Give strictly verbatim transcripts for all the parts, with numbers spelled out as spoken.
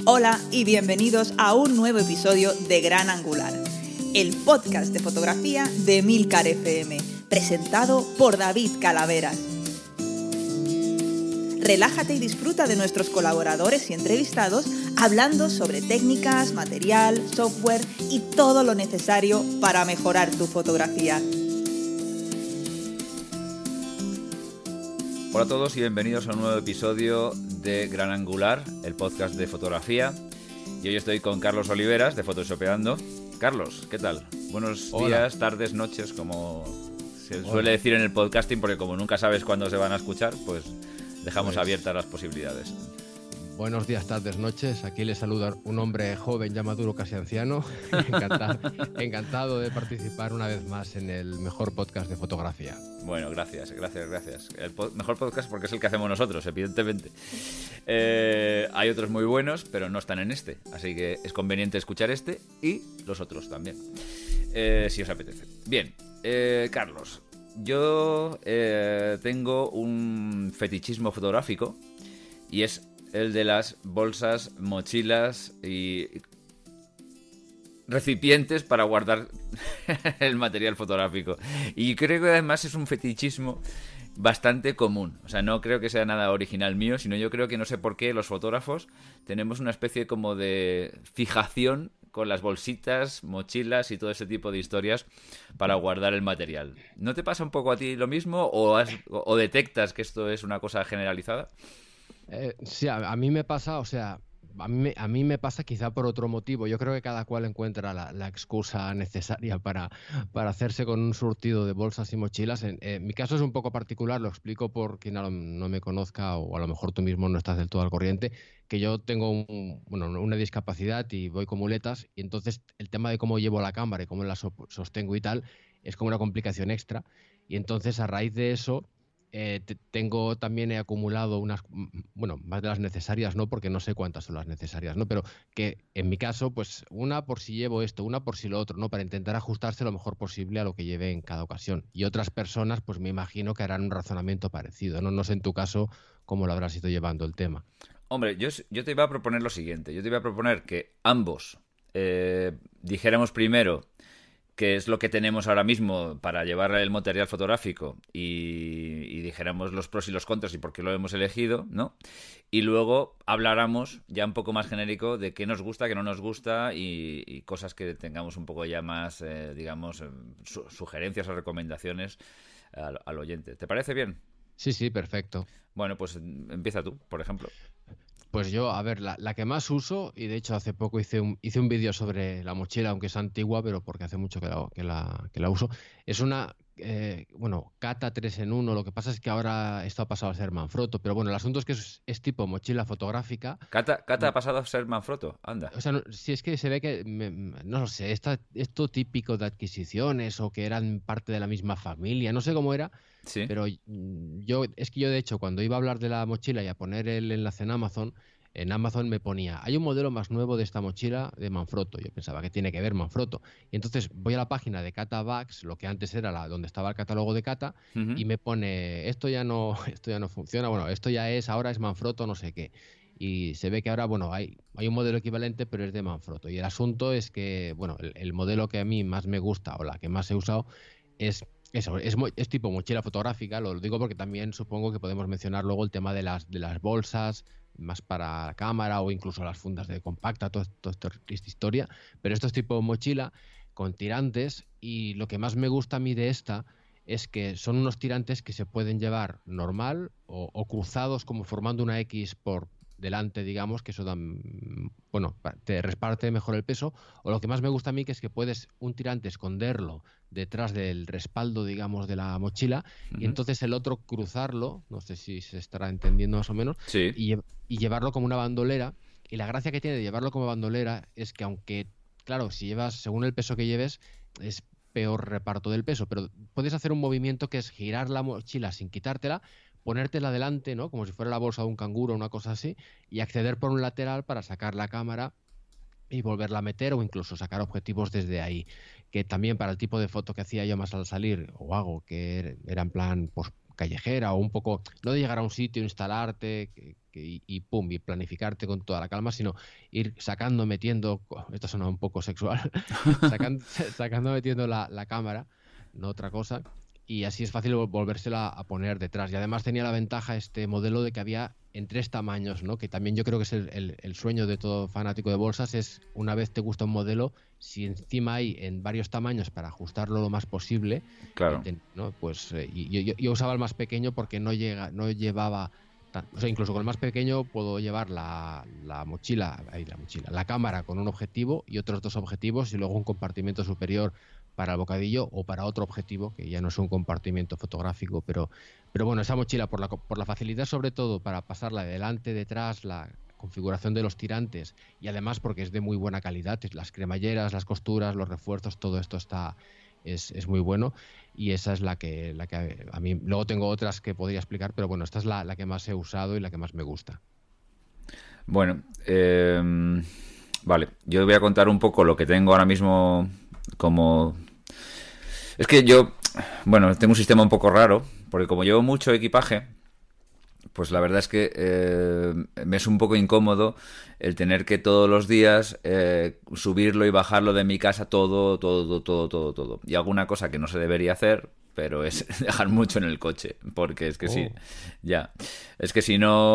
Hola y bienvenidos a un nuevo episodio de Gran Angular, el podcast de fotografía de Emilcar F M, presentado por David Calaveras. Relájate y disfruta de nuestros colaboradores y entrevistados hablando sobre técnicas, material, software y todo lo necesario para mejorar tu fotografía. Hola a todos y bienvenidos a un nuevo episodio de Gran Angular, el podcast de fotografía. Y hoy estoy con Carlos Oliveras de Photoshopeando. Carlos, ¿qué tal? Buenos Hola. días, tardes, noches, como se Hola. suele decir en el podcasting, porque como nunca sabes cuándo se van a escuchar, pues dejamos Pues, abiertas las posibilidades. Buenos días, tardes, noches. Aquí le saluda un hombre joven, ya maduro, casi anciano. Encantado, encantado de participar una vez más en el mejor podcast de fotografía. Bueno, gracias, gracias, gracias. El po- mejor podcast porque es el que hacemos nosotros, evidentemente. Eh, hay otros muy buenos, pero no están en este. Así que es conveniente escuchar este y los otros también, eh, si os apetece. Bien, eh, Carlos, yo eh, tengo un fetichismo fotográfico y es el de las bolsas, mochilas y recipientes para guardar el material fotográfico. Y creo que además es un fetichismo bastante común. O sea, no creo que sea nada original mío, sino yo creo que no sé por qué los fotógrafos tenemos una especie como de fijación con las bolsitas, mochilas y todo ese tipo de historias para guardar el material. ¿No te pasa un poco a ti lo mismo o, has, o detectas que esto es una cosa generalizada? Eh, sí, a, a mí me pasa, o sea, a mí, me- a mí me pasa quizá por otro motivo. Yo creo que cada cual encuentra la, la excusa necesaria para, para hacerse con un surtido de bolsas y mochilas. En, eh, mi caso es un poco particular, lo explico por quien no, no me conozca o a lo mejor tú mismo no estás del todo al corriente, que yo tengo un- bueno, una discapacidad y voy con muletas y entonces el tema de cómo llevo la cámara y cómo la so- sostengo y tal es como una complicación extra. Y entonces a raíz de eso eh, te- tengo también he acumulado unas, mm, bueno, más de las necesarias, ¿no? Porque no sé cuántas son las necesarias, ¿no? Pero que en mi caso, pues una por si llevo esto, una por si lo otro, ¿no? Para intentar ajustarse lo mejor posible a lo que lleve en cada ocasión. Y otras personas, pues me imagino que harán un razonamiento parecido, ¿no? No sé en tu caso cómo lo habrás ido llevando el tema. Hombre, yo, yo te iba a proponer lo siguiente. Yo te iba a proponer que ambos eh, dijéramos primero qué es lo que tenemos ahora mismo para llevar el material fotográfico y, y dijéramos los pros y los contras y por qué lo hemos elegido, ¿no? Y luego habláramos ya un poco más genérico de qué nos gusta, qué no nos gusta y, y cosas que tengamos un poco ya más, eh, digamos, eh, su- sugerencias o recomendaciones al, al oyente. ¿Te parece bien? Sí, sí, perfecto. Bueno, pues empieza tú, por ejemplo. Pues yo, a ver, la, la que más uso, y de hecho hace poco hice un, hice un vídeo sobre la mochila, aunque es antigua, pero porque hace mucho que la, que la, que la uso, es una, eh, bueno, Kata tres en uno. Lo que pasa es que ahora esto ha pasado a ser Manfrotto, pero bueno, el asunto es que es, es tipo mochila fotográfica. Cata, Cata ha pasado a ser Manfrotto, anda. O sea, no- si es que se ve que, me- me- no lo sé, esta, esto típico de adquisiciones o que eran parte de la misma familia, no sé cómo era, Sí. pero mm, yo, es que yo de hecho cuando iba a hablar de la mochila y a poner el enlace en Amazon, en Amazon me ponía, hay un modelo más nuevo de esta mochila de Manfrotto. Yo pensaba que tiene que ver Manfrotto. Y entonces voy a la página de Kata Bags, lo que antes era la, donde estaba el catálogo de Kata, Ujú. y me pone, esto ya no, esto ya no funciona, bueno, esto ya es, ahora es Manfrotto, no sé qué. Y se ve que ahora, bueno, hay, hay un modelo equivalente, pero es de Manfrotto. Y el asunto es que, bueno, el, el modelo que a mí más me gusta o la que más he usado es eso, es, mo- es tipo mochila fotográfica. Lo digo porque también supongo que podemos mencionar luego el tema de las, de las bolsas, más para cámara o incluso las fundas de compacta, todo, todo esto- esta historia. Pero esto es tipo mochila con tirantes y lo que más me gusta a mí de esta es que son unos tirantes que se pueden llevar normal o, o cruzados como formando una X por delante, digamos, que eso da, mm, bueno, pa- te reparte mejor el peso. O lo que más me gusta a mí que es que puedes un tirante esconderlo detrás del respaldo, digamos, de la mochila y Ujú. entonces el otro cruzarlo, no sé si se estará entendiendo más o menos, Sí. y, lle- y llevarlo como una bandolera. Y la gracia que tiene de llevarlo como bandolera es que aunque, claro, si llevas, según el peso que lleves, es peor reparto del peso, pero puedes hacer un movimiento que es girar la mochila sin quitártela, ponértela delante, ¿no? Como si fuera la bolsa de un canguro o una cosa así, y acceder por un lateral para sacar la cámara y volverla a meter o incluso sacar objetivos desde ahí. Que también para el tipo de foto que hacía yo más al salir, o hago, que era en plan pues, callejera o un poco, no de llegar a un sitio, instalarte que, que, y, y pum, y planificarte con toda la calma, sino ir sacando, metiendo, esto suena un poco sexual, sacando, sacando, metiendo la, la cámara, no otra cosa, y así es fácil volvérsela a poner detrás. Y además tenía la ventaja este modelo de que había en tres tamaños, ¿no? Que también yo creo que es el, el, el sueño de todo fanático de bolsas, es una vez te gusta un modelo, si encima hay en varios tamaños para ajustarlo lo más posible, claro. te, ¿no? Pues eh, yo, yo, yo usaba el más pequeño porque no, llega, no llevaba... O sea, incluso con el más pequeño puedo llevar la, la mochila, ahí la mochila, la cámara con un objetivo y otros dos objetivos y luego un compartimento superior para el bocadillo o para otro objetivo, que ya no es un compartimento fotográfico, pero, pero bueno, esa mochila por la, por la facilidad sobre todo para pasarla de delante, detrás, la configuración de los tirantes y además porque es de muy buena calidad, las cremalleras, las costuras, los refuerzos, todo esto está... Es, es muy bueno y esa es la que, la que a mí, luego tengo otras que podría explicar, pero bueno, esta es la, la que más he usado y la que más me gusta. Bueno, eh, vale, yo voy a contar un poco lo que tengo ahora mismo como... Es que yo, bueno, tengo un sistema un poco raro, porque como llevo mucho equipaje, pues la verdad es que eh, me es un poco incómodo el tener que todos los días eh, subirlo y bajarlo de mi casa todo, todo, todo, todo, todo. Y alguna cosa que no se debería hacer, pero es dejar mucho en el coche, porque es que oh. sí, ya, es que si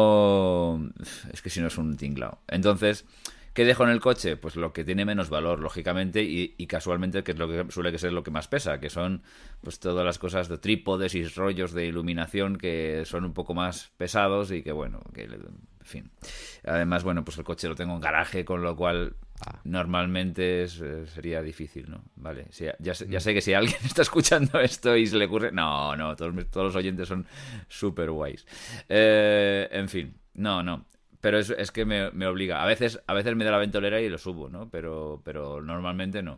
no, es que si no es un tinglao. Entonces, ¿qué dejo en el coche? Pues lo que tiene menos valor, lógicamente, y, y casualmente, que es lo que suele ser lo que más pesa, que son pues todas las cosas de trípodes y rollos de iluminación que son un poco más pesados y que, bueno, que, en fin. Además, bueno, pues el coche lo tengo en garaje, con lo cual ah. normalmente es, sería difícil, ¿no? Vale, sí, ya, ya sé que si alguien está escuchando esto y se le ocurre... No, no, todos, todos los oyentes son súper guays. Eh, en fin, no, no. Pero es, es que me, me obliga. A veces, a veces me da la ventolera y lo subo, ¿no? Pero, pero normalmente no.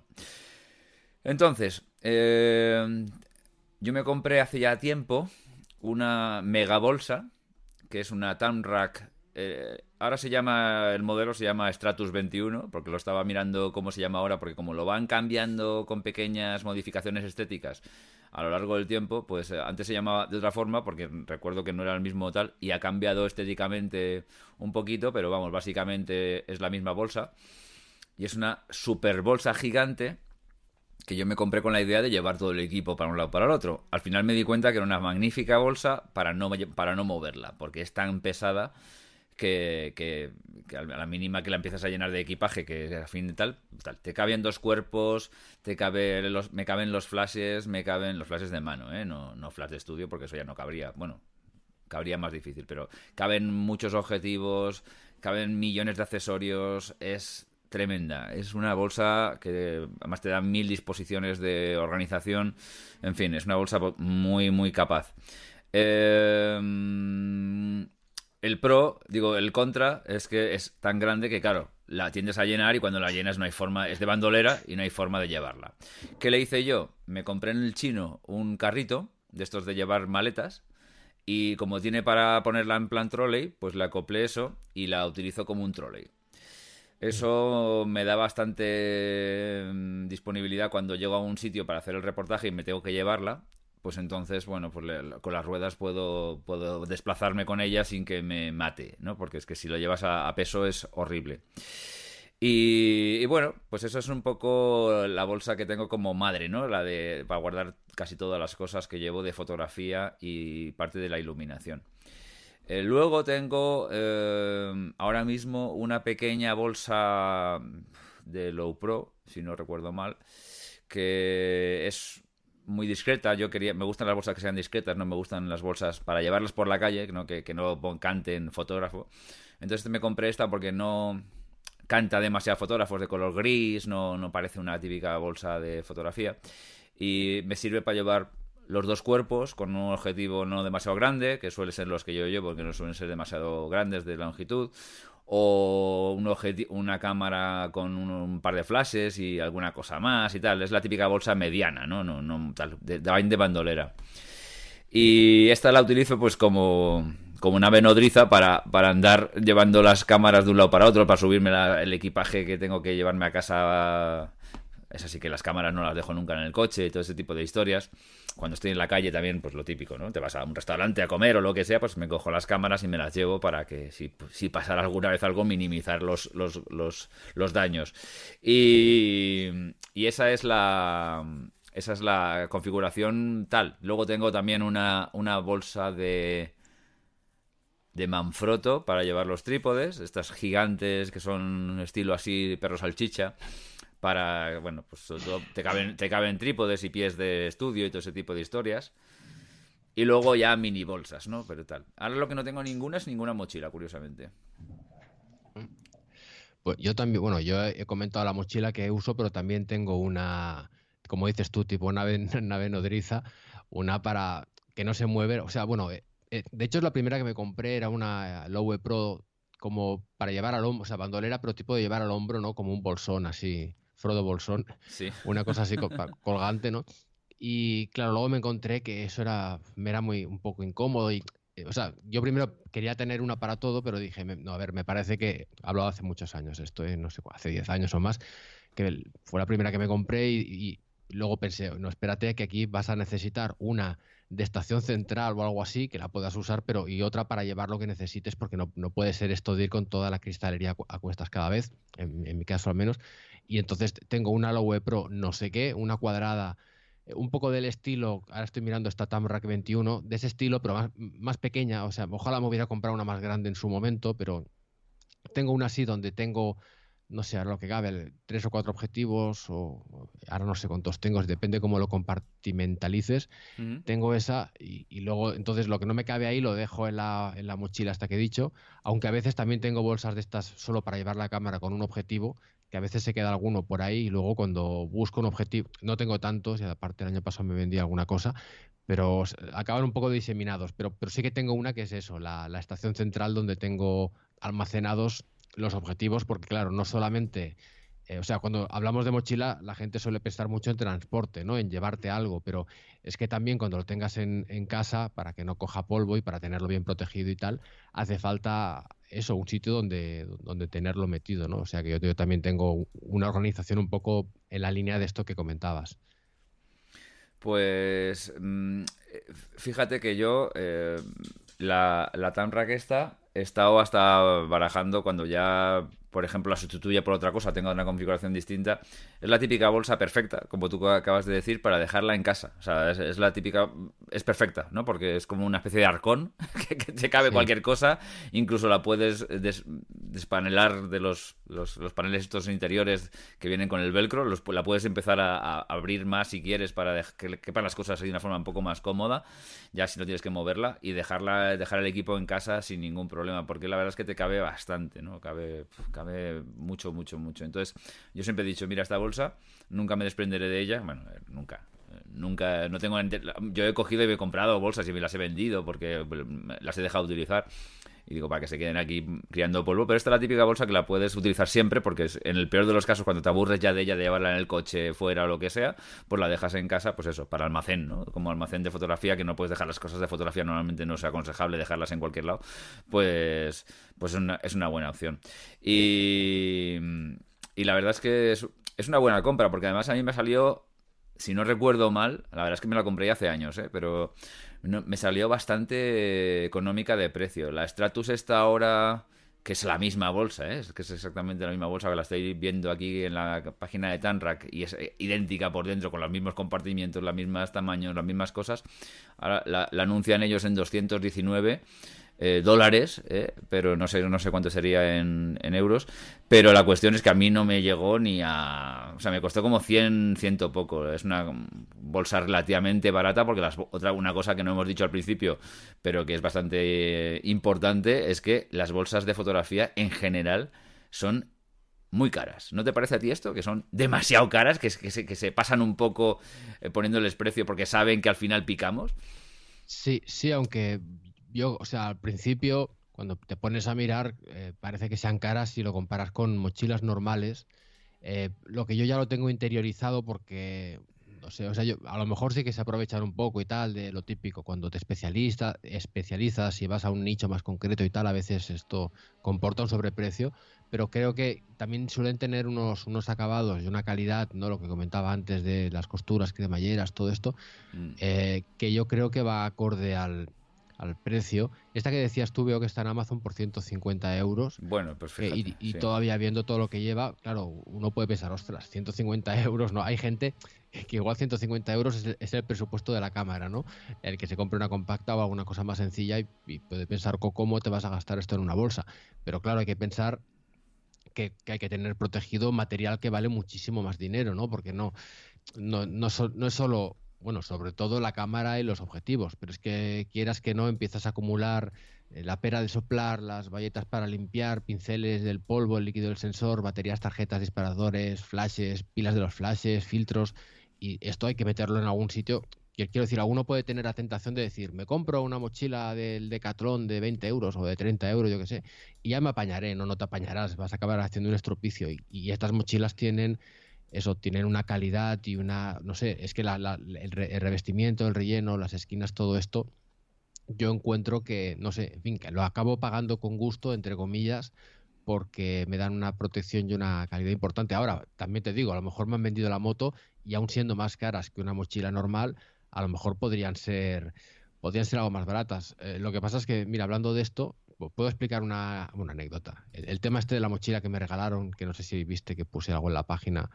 Entonces, eh, yo me compré hace ya tiempo una mega bolsa, que es una Tamrac. Eh, ahora se llama, el modelo se llama Stratus veintiuno, porque lo estaba mirando cómo se llama ahora, porque como lo van cambiando con pequeñas modificaciones estéticas a lo largo del tiempo, pues eh, antes se llamaba de otra forma, porque recuerdo que no era el mismo tal, y ha cambiado estéticamente un poquito, pero vamos, básicamente es la misma bolsa. Y es una super bolsa gigante que yo me compré con la idea de llevar todo el equipo para un lado para el otro. Al final me di cuenta que era una magnífica bolsa para no, para no moverla, porque es tan pesada que, que, que a la mínima que la empiezas a llenar de equipaje, que a fin de tal, tal te caben dos cuerpos, te cabe los, me caben los flashes, me caben los flashes de mano, ¿eh? no, no flash de estudio, porque eso ya no cabría, bueno, cabría más difícil, pero caben muchos objetivos, caben millones de accesorios, es tremenda, es una bolsa que además te da mil disposiciones de organización, en fin, es una bolsa muy, muy capaz. Eh... El pro, digo, el contra es que es tan grande que, claro, la tiendes a llenar y cuando la llenas no hay forma, es de bandolera y no hay forma de llevarla. ¿Qué le hice yo? Me compré en el chino un carrito de estos de llevar maletas y como tiene para ponerla en plan trolley, pues le acoplé eso y la utilizo como un trolley. Eso me da bastante disponibilidad cuando llego a un sitio para hacer el reportaje y me tengo que llevarla. Pues entonces, bueno, pues le, con las ruedas puedo, puedo desplazarme con ella sin que me mate, ¿no? Porque es que si lo llevas a, a peso es horrible. Y, y bueno, pues eso es un poco la bolsa que tengo como madre, ¿no? La de para guardar casi todas las cosas que llevo de fotografía y parte de la iluminación. Eh, luego tengo eh, ahora mismo una pequeña bolsa de Low Pro, si no recuerdo mal, que es muy discreta. Yo quería, me gustan las bolsas que sean discretas, no me gustan las bolsas para llevarlas por la calle, ¿no? que, que no canten fotógrafo. Entonces me compré esta porque no canta demasiado fotógrafos, de color gris, no, no parece una típica bolsa de fotografía. Y me sirve para llevar los dos cuerpos con un objetivo no demasiado grande, que suelen ser los que yo llevo, que no suelen ser demasiado grandes de longitud, o un objeti- una cámara con un, un par de flashes y alguna cosa más y tal. Es la típica bolsa mediana, ¿no? No, no tal, de, de bandolera. Y esta la utilizo pues como, como una nodriza para, para andar llevando las cámaras de un lado para otro, para subirme la, el equipaje que tengo que llevarme a casa es así que las cámaras no las dejo nunca en el coche, todo ese tipo de historias. Cuando estoy en la calle también, pues lo típico, ¿no? Te vas a un restaurante a comer o lo que sea, pues me cojo las cámaras y me las llevo para que si, si pasara alguna vez algo, minimizar los, los, los, los daños. Y, y esa es la... Esa es la configuración tal. Luego tengo también una, una bolsa de, de Manfrotto para llevar los trípodes. Estas gigantes que son estilo así perro salchicha. Para, bueno, pues todo, te caben, te caben trípodes y pies de estudio y todo ese tipo de historias. Y luego ya mini bolsas, ¿no? Pero tal. Ahora lo que no tengo ninguna es ninguna mochila, curiosamente. Pues yo también, bueno, yo he comentado la mochila que uso, pero también tengo una... como dices tú, tipo nave, nave nodriza, una para que no se mueve. O sea, bueno, eh, eh, de hecho es la primera que me compré, era una Lowe Pro como para llevar al hombro, o sea, bandolera, pero tipo de llevar al hombro, ¿no? Como un bolsón así, Frodo bolsón, sí. Una cosa así colgante, ¿no? Y claro, luego me encontré que eso era, me era muy un poco incómodo y, eh, o sea, yo primero quería tener una para todo, pero dije, me, no, a ver, me parece que, hablado hace muchos años esto, eh, no sé, hace diez años o más, que fue la primera que me compré y, y luego pensé, no, espérate que aquí vas a necesitar una de estación central o algo así, que la puedas usar, pero y otra para llevar lo que necesites, porque no, no puede ser esto de ir con toda la cristalería a cuestas cada vez, en, en mi caso al menos. Y entonces tengo una Lowe Pro no sé qué, una cuadrada, un poco del estilo, ahora estoy mirando esta Tamrac veintiuno, de ese estilo, pero más, más pequeña, o sea, ojalá me hubiera comprado una más grande en su momento, pero tengo una así donde tengo... no sé, ahora lo que cabe, tres o cuatro objetivos, o ahora no sé cuántos tengo, depende cómo lo compartimentalices. Uh-huh. Tengo esa y, y luego, entonces lo que no me cabe ahí lo dejo en la, en la mochila hasta que he dicho, aunque a veces también tengo bolsas de estas solo para llevar la cámara con un objetivo, que a veces se queda alguno por ahí y luego cuando busco un objetivo, no tengo tantos, y aparte el año pasado me vendí alguna cosa, pero acaban un poco diseminados, pero, pero sí que tengo una que es eso, la, la estación central donde tengo almacenados los objetivos, porque claro, no solamente, eh, o sea, cuando hablamos de mochila, la gente suele pensar mucho en transporte, ¿no? En llevarte algo, pero es que también cuando lo tengas en, en casa, para que no coja polvo y para tenerlo bien protegido y tal, hace falta eso, un sitio donde, donde tenerlo metido, ¿no? O sea que yo, yo también tengo una organización un poco en la línea de esto que comentabas. Pues fíjate que yo eh, la, la Tamrac esta he estado hasta barajando cuando ya, por ejemplo, la sustituya por otra cosa, tenga una configuración distinta. Es la típica bolsa perfecta, como tú acabas de decir, para dejarla en casa. O sea, es, es la típica, es perfecta, ¿no? Porque es como una especie de arcón que, que te cabe sí. Cualquier cosa. Incluso la puedes des, despanelar de los, los, los paneles estos interiores que vienen con el velcro. Los, la puedes empezar a, a abrir más si quieres para de, que quepan las cosas de una forma un poco más cómoda, ya si no tienes que moverla, y dejarla, dejar el equipo en casa sin ningún problema. Porque la verdad es que te cabe bastante, ¿no? Cabe, cabe mucho, mucho, mucho. Entonces, yo siempre he dicho, mira, esta bolsa, nunca me desprenderé de ella. Bueno, nunca. Nunca, no tengo... Yo he cogido y he comprado bolsas y me las he vendido porque las he dejado de utilizar. Y digo, para que se queden aquí criando polvo. Pero esta es la típica bolsa que la puedes utilizar siempre, porque es, en el peor de los casos, cuando te aburres ya de ella, de llevarla en el coche, fuera o lo que sea, pues la dejas en casa, pues eso, para almacén, ¿no? Como almacén de fotografía, que no puedes dejar las cosas de fotografía, normalmente no es aconsejable dejarlas en cualquier lado, pues, pues es, una, es una buena opción. Y, y la verdad es que es, es una buena compra, porque además a mí me salió, si no recuerdo mal, la verdad es que me la compré ya hace años, ¿eh? Pero... No, me salió bastante económica de precio. La Stratus está ahora, que es la misma bolsa, ¿eh? Es que es exactamente la misma bolsa que la estoy viendo aquí en la página de Tamrac y es idéntica por dentro, con los mismos compartimientos, los mismos tamaños, las mismas cosas. Ahora la, la anuncian ellos en doscientos diecinueve eh, dólares, eh, pero no sé, no sé cuánto sería en, en euros. Pero la cuestión es que a mí no me llegó ni a... O sea, me costó como cien, ciento poco. Es una bolsa relativamente barata porque las, otra una cosa que no hemos dicho al principio, pero que es bastante importante, es que las bolsas de fotografía en general son muy caras. ¿No te parece a ti esto? Que son demasiado caras, que, que, se, que se pasan un poco eh, poniéndoles precio porque saben que al final picamos. Sí, sí, aunque yo, o sea, al principio... Cuando te pones a mirar, eh, parece que sean caras si lo comparas con mochilas normales. Eh, lo que yo ya lo tengo interiorizado porque no sé, o sea, yo, a lo mejor sí que se aprovechan un poco y tal de lo típico, cuando te especializa, especializas y vas a un nicho más concreto y tal, a veces esto comporta un sobreprecio, pero creo que también suelen tener unos, unos acabados y una calidad, ¿no? Lo que comentaba antes de las costuras, cremalleras, todo esto, Mm. eh, que yo creo que va acorde al, al precio. Esta que decías tú veo que está en Amazon por ciento cincuenta euros. Bueno, pues Que, fíjate. y, y sí. todavía viendo todo lo que lleva, claro, uno puede pensar, ostras, ciento cincuenta euros, ¿no? Hay gente que igual ciento cincuenta euros es el, es el presupuesto de la cámara, ¿no? El que se compre una compacta o alguna cosa más sencilla y, y puede pensar cómo te vas a gastar esto en una bolsa. Pero claro, hay que pensar que, que hay que tener protegido material que vale muchísimo más dinero, ¿no? Porque no, no, no, so, no es solo, bueno, sobre todo la cámara y los objetivos, pero es que quieras que no, empiezas a acumular eh, la pera de soplar, las bayetas para limpiar, pinceles del polvo, el líquido del sensor, baterías, tarjetas, disparadores, flashes, pilas de los flashes, filtros, y esto hay que meterlo en algún sitio. Quiero decir, alguno puede tener la tentación de decir, me compro una mochila del Decathlon de veinte euros o de treinta euros, yo qué sé, y ya me apañaré. No, no te apañarás, vas a acabar haciendo un estropicio. Y, y estas mochilas tienen eso, tienen una calidad y una, no sé, es que la, la, el, re, el revestimiento, el relleno, las esquinas, todo esto, yo encuentro que, no sé, en fin, que lo acabo pagando con gusto, entre comillas, porque me dan una protección y una calidad importante. Ahora, también te digo, a lo mejor me han vendido la moto y aún siendo más caras que una mochila normal, a lo mejor podrían ser, podrían ser algo más baratas. Eh, lo que pasa es que, mira, hablando de esto, puedo explicar una, una anécdota. El, el tema este de la mochila que me regalaron, que no sé si viste que puse algo en la página.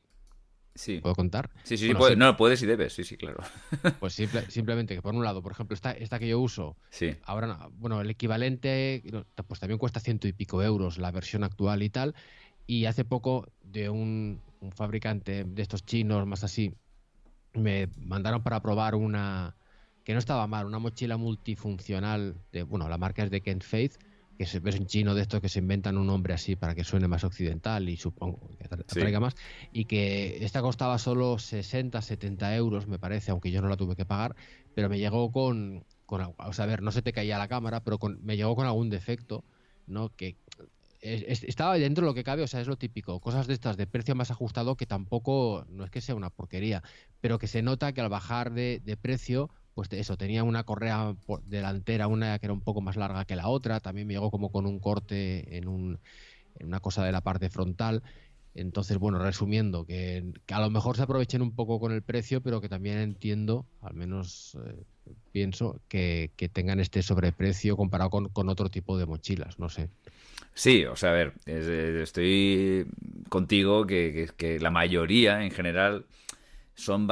Sí. ¿Puedo contar? Sí, sí, Bueno, puede, sí, no, puedes y debes, sí, sí, claro. pues simple, simplemente que por un lado, por ejemplo, esta, esta que yo uso, Sí. ahora, bueno, el equivalente, pues también cuesta ciento y pico euros la versión actual y tal, y hace poco de un, un fabricante de estos chinos más así, me mandaron para probar una, que no estaba mal, una mochila multifuncional, de, bueno, la marca es de Kent Faith, que es, es un chino de estos que se inventan un nombre así para que suene más occidental y supongo que atraiga sí. más, y que esta costaba solo sesenta, setenta euros, me parece, aunque yo no la tuve que pagar, pero me llegó con, con o sea, a ver, no se te caía la cámara, pero con, me llegó con algún defecto, ¿no? Que es, es, estaba dentro de lo que cabe, o sea, es lo típico, cosas de estas de precio más ajustado que tampoco, no es que sea una porquería, pero que se nota que al bajar de, de precio, pues eso, tenía una correa delantera, una que era un poco más larga que la otra, también me llegó como con un corte en, un, en una cosa de la parte frontal. Entonces, bueno, resumiendo, que, que a lo mejor se aprovechen un poco con el precio, pero que también entiendo, al menos eh, pienso, que, que tengan este sobreprecio comparado con, con otro tipo de mochilas, no sé. Sí, o sea, a ver, es, estoy contigo que, que, que la mayoría en general son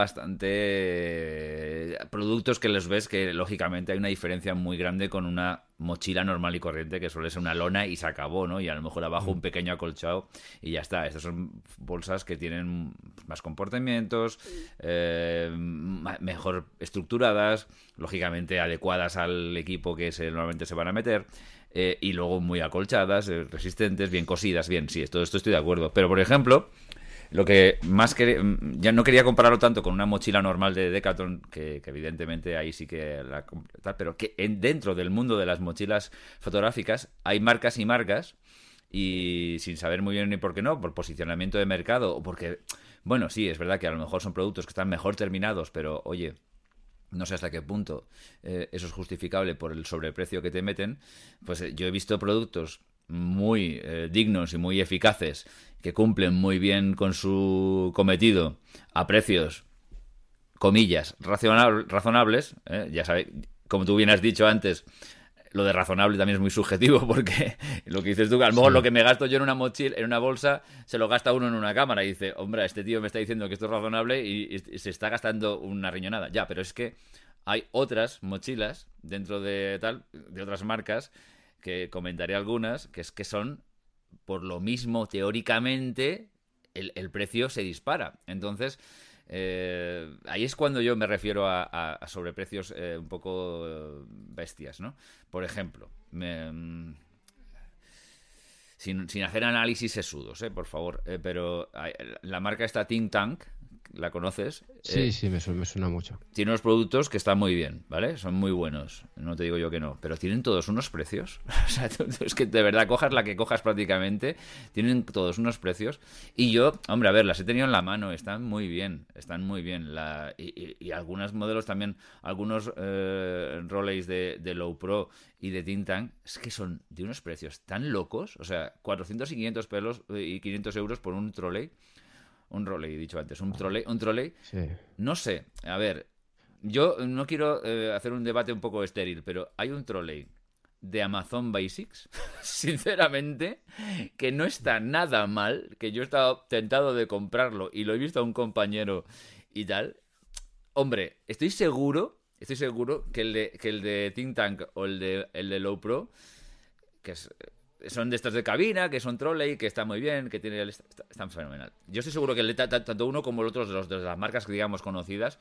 bastante productos que los ves que lógicamente hay una diferencia muy grande con una mochila normal y corriente que suele ser una lona y se acabó, ¿no? Y a lo mejor abajo un pequeño acolchado y ya está. Estas son bolsas que tienen más comportamientos, eh, mejor estructuradas, lógicamente adecuadas al equipo que se, normalmente se van a meter. Eh, y luego muy acolchadas, eh, resistentes, bien cosidas, bien, sí, todo esto estoy de acuerdo. Pero, por ejemplo, lo que más quería, ya no quería compararlo tanto con una mochila normal de Decathlon, que, que evidentemente ahí sí que la tal, pero que en, dentro del mundo de las mochilas fotográficas hay marcas y marcas, y sin saber muy bien ni por qué no, por posicionamiento de mercado, o porque, bueno, sí, es verdad que a lo mejor son productos que están mejor terminados, pero oye, no sé hasta qué punto eh, eso es justificable por el sobreprecio que te meten. Pues eh, yo he visto productos muy eh, dignos y muy eficaces que cumplen muy bien con su cometido a precios, comillas, razonable, razonables. ¿eh? Ya sabes, como tú bien has dicho antes, lo de razonable también es muy subjetivo, porque lo que dices tú, a lo mejor sí. Lo que me gasto yo en una mochila, en una bolsa, se lo gasta uno en una cámara y dice, hombre, este tío me está diciendo que esto es razonable y, y se está gastando una riñonada. Ya, pero es que hay otras mochilas dentro de tal, de otras marcas, que comentaré algunas, que es que son, por lo mismo, teóricamente, el, el precio se dispara. Entonces, eh, ahí es cuando yo me refiero a, a, a sobreprecios eh, un poco bestias, ¿no? Por ejemplo, me, sin, sin hacer análisis sesudos, ¿eh? Por favor, eh, pero hay, la marca esta Think Tank, la conoces. Sí, eh, sí, me suena, me suena mucho. Tiene unos productos que están muy bien, ¿vale? Son muy buenos, no te digo yo que no, pero tienen todos unos precios. O sea, es que de verdad, cojas la que cojas prácticamente, tienen todos unos precios. Y yo, hombre, a ver, las he tenido en la mano, están muy bien, están muy bien. La, y, y, y algunos modelos también, algunos eh, Rolex de, de Low Pro y de Think Tank, es que son de unos precios tan locos, o sea, cuatrocientos y quinientos pelos y quinientos euros por un trolley. Un Rolex, he dicho antes, un trolley, un trolley. Sí. No sé, a ver, yo no quiero eh, hacer un debate un poco estéril, pero hay un trolley de Amazon Basics, sinceramente, que no está nada mal, que yo he estado tentado de comprarlo y lo he visto a un compañero y tal. Hombre, estoy seguro, estoy seguro que el de, que el de Think Tank o el de, el de Low Pro, que es... son de estos de cabina, que son trolley, que está muy bien, que tiene el... están fenomenal. Yo estoy seguro que el, tanto uno como el otro de, los, de las marcas que digamos conocidas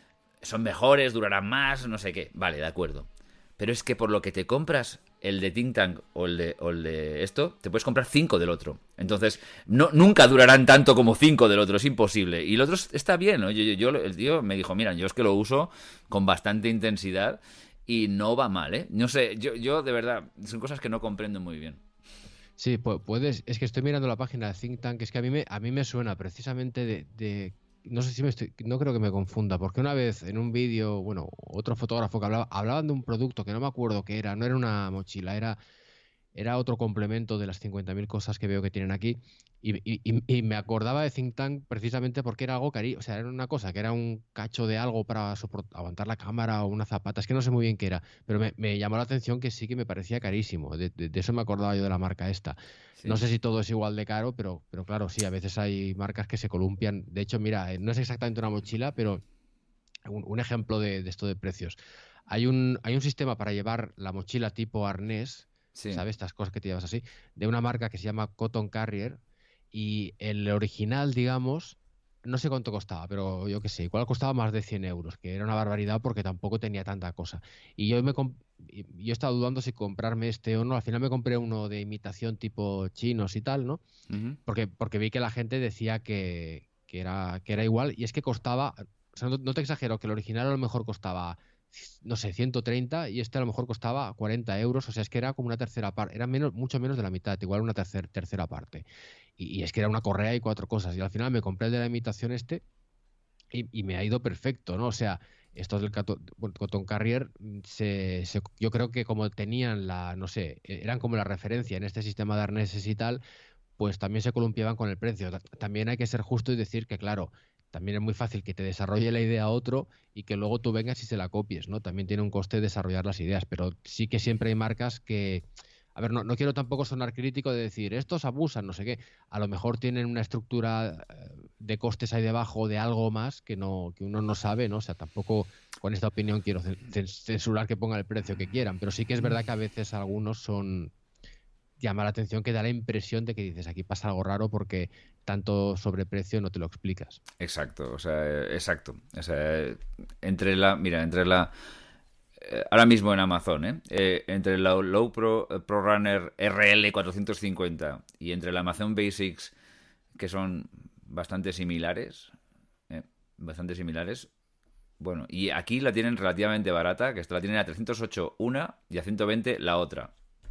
son mejores, durarán más, no sé qué. Vale, de acuerdo. Pero es que por lo que te compras el de Think Tank o el de, o el de esto, te puedes comprar cinco del otro. Entonces, no, nunca durarán tanto como cinco del otro, es imposible. Y el otro está bien, ¿no? Yo, yo, el tío me dijo, mira, yo es que lo uso con bastante intensidad y no va mal, ¿eh? No sé, yo, yo de verdad, son cosas que no comprendo muy bien. Sí, puedes. Es que estoy mirando la página de Think Tank, es que a mí me, a mí me suena precisamente de, de no sé si me estoy, no creo que me confunda, porque una vez en un vídeo, bueno, otro fotógrafo que hablaba, hablaban de un producto que no me acuerdo qué era, no era una mochila, era, era otro complemento de las cincuenta mil cosas que veo que tienen aquí, y, y, y me acordaba de Think Tank precisamente porque era algo cari, o sea, era una cosa que era un cacho de algo para aguantar la cámara o una zapata, es que no sé muy bien qué era, pero me, me llamó la atención que sí que me parecía carísimo, de, de, de eso me acordaba yo de la marca esta. Sí. No sé si todo es igual de caro, pero, pero claro, sí, a veces hay marcas que se columpian. De hecho, mira, no es exactamente una mochila, pero un, un ejemplo de, de esto de precios. Hay un, hay un sistema para llevar la mochila tipo arnés, sí. ¿Sabes? Estas cosas que te llevas así, de una marca que se llama Cotton Carrier, y el original, digamos, no sé cuánto costaba, pero yo qué sé, igual costaba más de cien euros, que era una barbaridad porque tampoco tenía tanta cosa. Y yo me comp- yo he estado dudando si comprarme este o no. Al final me compré uno de imitación tipo chinos y tal, ¿no? Uh-huh. Porque, porque vi que la gente decía que, que, era, que era igual, y es que costaba, o sea, no, no te exagero, que el original a lo mejor costaba, no sé, ciento treinta, y este a lo mejor costaba cuarenta euros, o sea, es que era como una tercera parte, era menos, mucho menos de la mitad, igual una tercer, tercera parte. Y, y es que era una correa y cuatro cosas, y al final me compré el de la imitación este, y, y me ha ido perfecto, ¿no? O sea, estos del Cotton Carrier, se, se, yo creo que como tenían la, no sé, eran como la referencia en este sistema de arneses y tal, pues también se columpiaban con el precio. También hay que ser justo y decir que, claro, también es muy fácil que te desarrolle la idea otro y que luego tú vengas y se la copies, ¿no? También tiene un coste desarrollar las ideas, pero sí que siempre hay marcas que... A ver, no, no quiero tampoco sonar crítico de decir, estos abusan, no sé qué. A lo mejor tienen una estructura de costes ahí debajo de algo más que no que uno no sabe, ¿no? O sea, tampoco con esta opinión quiero censurar que pongan el precio que quieran, pero sí que es verdad que a veces algunos son... llama la atención, que da la impresión de que dices, aquí pasa algo raro porque tanto sobreprecio no te lo explicas. Exacto, o sea, exacto. O sea, entre la... Mira, entre la... Ahora mismo en Amazon, ¿eh? Eh, entre la Low Pro, Pro Runner R L cuatrocientos cincuenta y entre la Amazon Basics, que son bastante similares, ¿eh? bastante similares, bueno, y aquí la tienen relativamente barata, que esta la tienen a trescientos ocho una y a ciento veinte la otra.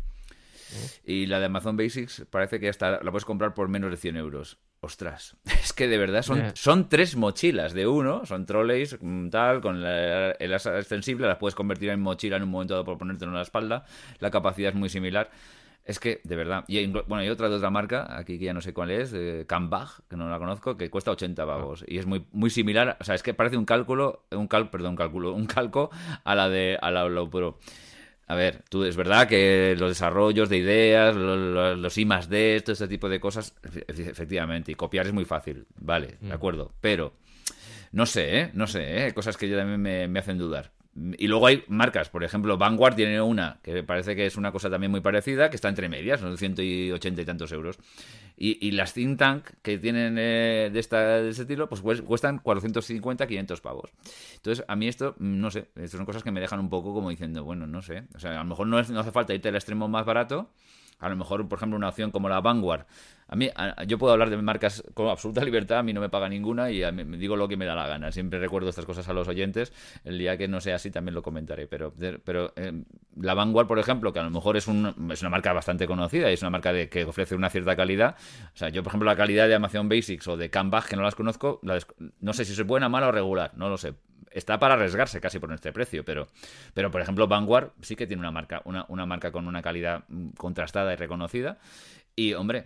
Y la de Amazon Basics parece que hasta la puedes comprar por menos de cien euros. Ostras, es que de verdad son, son tres mochilas de uno, son trolleys, tal, con la, el asa extensible, las puedes convertir en mochila en un momento dado por ponértelo en la espalda, la capacidad es muy similar. Es que, de verdad, y hay, bueno, hay otra de otra marca, aquí que ya no sé cuál es, de Cambag, que no la conozco, que cuesta ochenta pavos, y es muy muy similar, o sea, es que parece un cálculo, un cal, perdón, un cálculo, un calco a la de a la Low Pro. A ver, tú, es verdad que los desarrollos de ideas, los, los I más D, todo este tipo de cosas, efectivamente, y copiar es muy fácil, vale, mm. de acuerdo, pero no sé, ¿eh? No sé, ¿eh? Cosas que yo también me, me hacen dudar. Y luego hay marcas, por ejemplo, Vanguard tiene una que parece que es una cosa también muy parecida, que está entre medias, son ciento ochenta y tantos euros. Y, y las Think Tank que tienen eh, de, esta, de este estilo, pues cuestan cuatrocientos cincuenta, quinientos pavos. Entonces, a mí esto, no sé, estas son cosas que me dejan un poco como diciendo, bueno, no sé. O sea, a lo mejor no, es, no hace falta irte al extremo más barato, A lo mejor, por ejemplo, una opción como la Vanguard. A mí, a, yo puedo hablar de marcas con absoluta libertad, a mí no me paga ninguna y a mí, me digo lo que me da la gana. Siempre recuerdo estas cosas a los oyentes. El día que no sea así también lo comentaré. Pero, pero eh, la Vanguard, por ejemplo, que a lo mejor es, un, es una marca bastante conocida y es una marca de, que ofrece una cierta calidad. O sea, yo, por ejemplo, la calidad de Amazon Basics o de Canvas, que no las conozco, la des- no sé si es buena, mala o regular, no lo sé. Está para arriesgarse casi por este precio, pero, pero por ejemplo, Vanguard sí que tiene una marca, una, una marca con una calidad contrastada y reconocida. Y, hombre,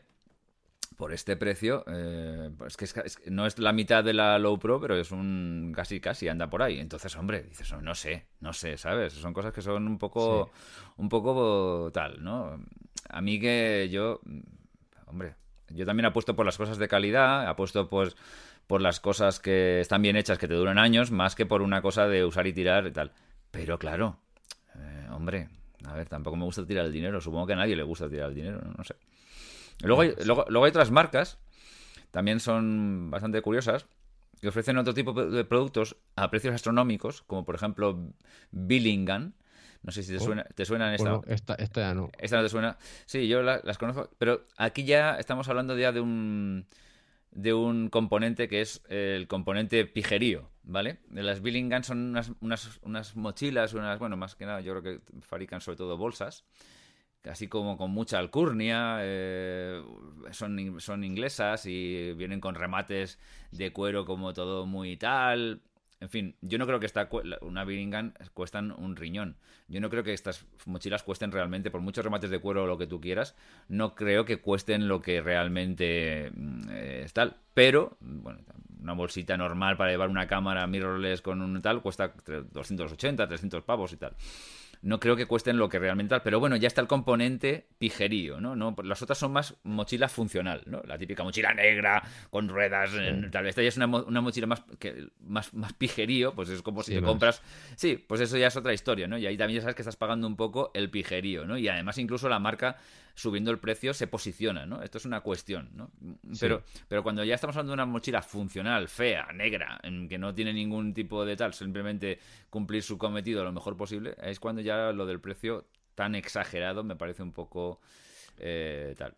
por este precio, eh, es que es, es, no es la mitad de la Low Pro, pero es un casi casi anda por ahí. Entonces, hombre, dices, no sé, no sé, ¿sabes? Son cosas que son un poco, sí. un poco tal, ¿no? A mí que yo, hombre, yo también apuesto por las cosas de calidad, apuesto pues por las cosas que están bien hechas, que te duran años, más que por una cosa de usar y tirar y tal. Pero claro, eh, hombre, a ver, tampoco me gusta tirar el dinero. Supongo que a nadie le gusta tirar el dinero, no, no sé. Luego hay, luego, luego hay otras marcas, también son bastante curiosas, que ofrecen otro tipo de productos a precios astronómicos, como por ejemplo Billingham. No sé si te, oh, suena, te suenan esta. Bueno, esta, esta ya no. Esta no te suena. Sí, yo la, las conozco, pero aquí ya estamos hablando ya de un de un componente que es el componente pijerío, ¿vale? Las Billingham son unas, unas, unas mochilas, unas, bueno, más que nada, yo creo que fabrican sobre todo bolsas, así como con mucha alcurnia, eh, son, son inglesas y vienen con remates de cuero como todo muy tal. En fin, yo no creo que esta una Billingham cuestan un riñón. Yo no creo que estas mochilas cuesten realmente, por muchos remates de cuero o lo que tú quieras, no creo que cuesten lo que realmente eh, es tal. Pero, bueno, una bolsita normal para llevar una cámara mirrorless con un tal cuesta doscientos ochenta, trescientos pavos y tal. No creo que cuesten lo que realmente tal, pero bueno, ya está el componente pijerío, ¿no? ¿no? Las otras son más mochila funcional, ¿no? La típica mochila negra con ruedas, sí. en, tal. Esta ya es una, una mochila más, que, más, más pijerío, pues es como si sí, te más. compras... Sí, pues eso ya es otra historia, ¿no? Y ahí también ya sabes que estás pagando un poco el pijerío, ¿no? Y además incluso la marca, subiendo el precio, se posiciona, ¿no? Esto es una cuestión, ¿no? Pero, sí. pero cuando ya estamos hablando de una mochila funcional, fea, negra, en que no tiene ningún tipo de tal, simplemente cumplir su cometido lo mejor posible, es cuando ya lo del precio tan exagerado me parece un poco eh, tal.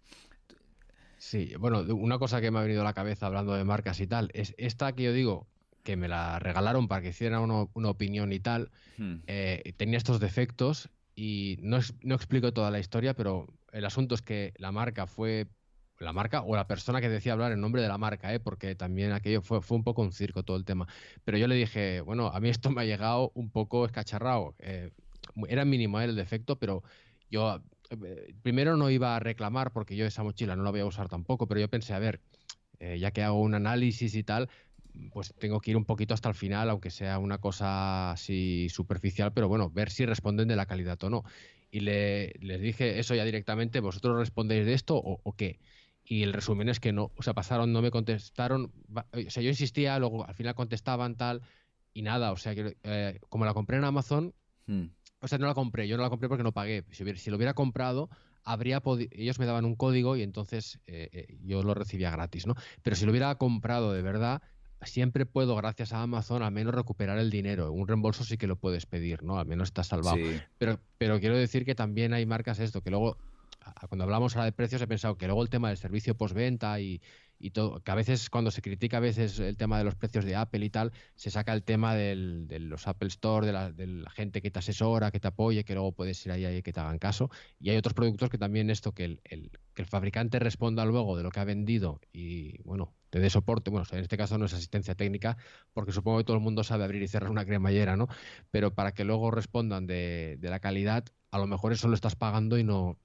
Sí, bueno, una cosa que me ha venido a la cabeza hablando de marcas y tal, es esta que yo digo, que me la regalaron para que hiciera una, una opinión y tal, hmm. eh, tenía estos defectos y no, no explico toda la historia, pero el asunto es que la marca fue... la marca o la persona que decía hablar en nombre de la marca, ¿eh? Porque también aquello fue, fue un poco un circo todo el tema. Pero yo le dije, bueno, a mí esto me ha llegado un poco escacharrado. Eh, era mínimo ¿eh? el defecto, pero yo eh, primero no iba a reclamar porque yo esa mochila no la voy a usar tampoco, pero yo pensé, a ver, eh, ya que hago un análisis y tal, pues tengo que ir un poquito hasta el final, aunque sea una cosa así superficial, pero bueno, ver si responden de la calidad o no. Y le, les dije eso ya directamente, ¿vosotros respondéis de esto o, o qué? Y el resumen es que no, o sea, pasaron, no me contestaron, o sea, yo insistía, luego al final contestaban tal, y nada, o sea, que eh, como la compré en Amazon, hmm. o sea, no la compré, yo no la compré porque no pagué, si, hubiera, si lo hubiera comprado, habría podido, ellos me daban un código y entonces eh, eh, yo lo recibía gratis, ¿no? Pero si lo hubiera comprado de verdad, siempre puedo, gracias a Amazon, al menos recuperar el dinero. Un reembolso sí que lo puedes pedir, ¿no? Al menos estás salvado. Sí. Pero, pero quiero decir que también hay marcas esto, que luego... Cuando hablamos ahora de precios he pensado que luego el tema del servicio postventa y, y todo, que a veces cuando se critica a veces el tema de los precios de Apple y tal, se saca el tema del, de los Apple Store, de la, de la gente que te asesora, que te apoye, que luego puedes ir ahí, ahí que te hagan caso. Y hay otros productos que también esto, que el, el, que el fabricante responda luego de lo que ha vendido y, bueno, te dé soporte. Bueno, en este caso no es asistencia técnica, porque supongo que todo el mundo sabe abrir y cerrar una cremallera, ¿no? Pero para que luego respondan de, de la calidad, a lo mejor eso lo estás pagando y no...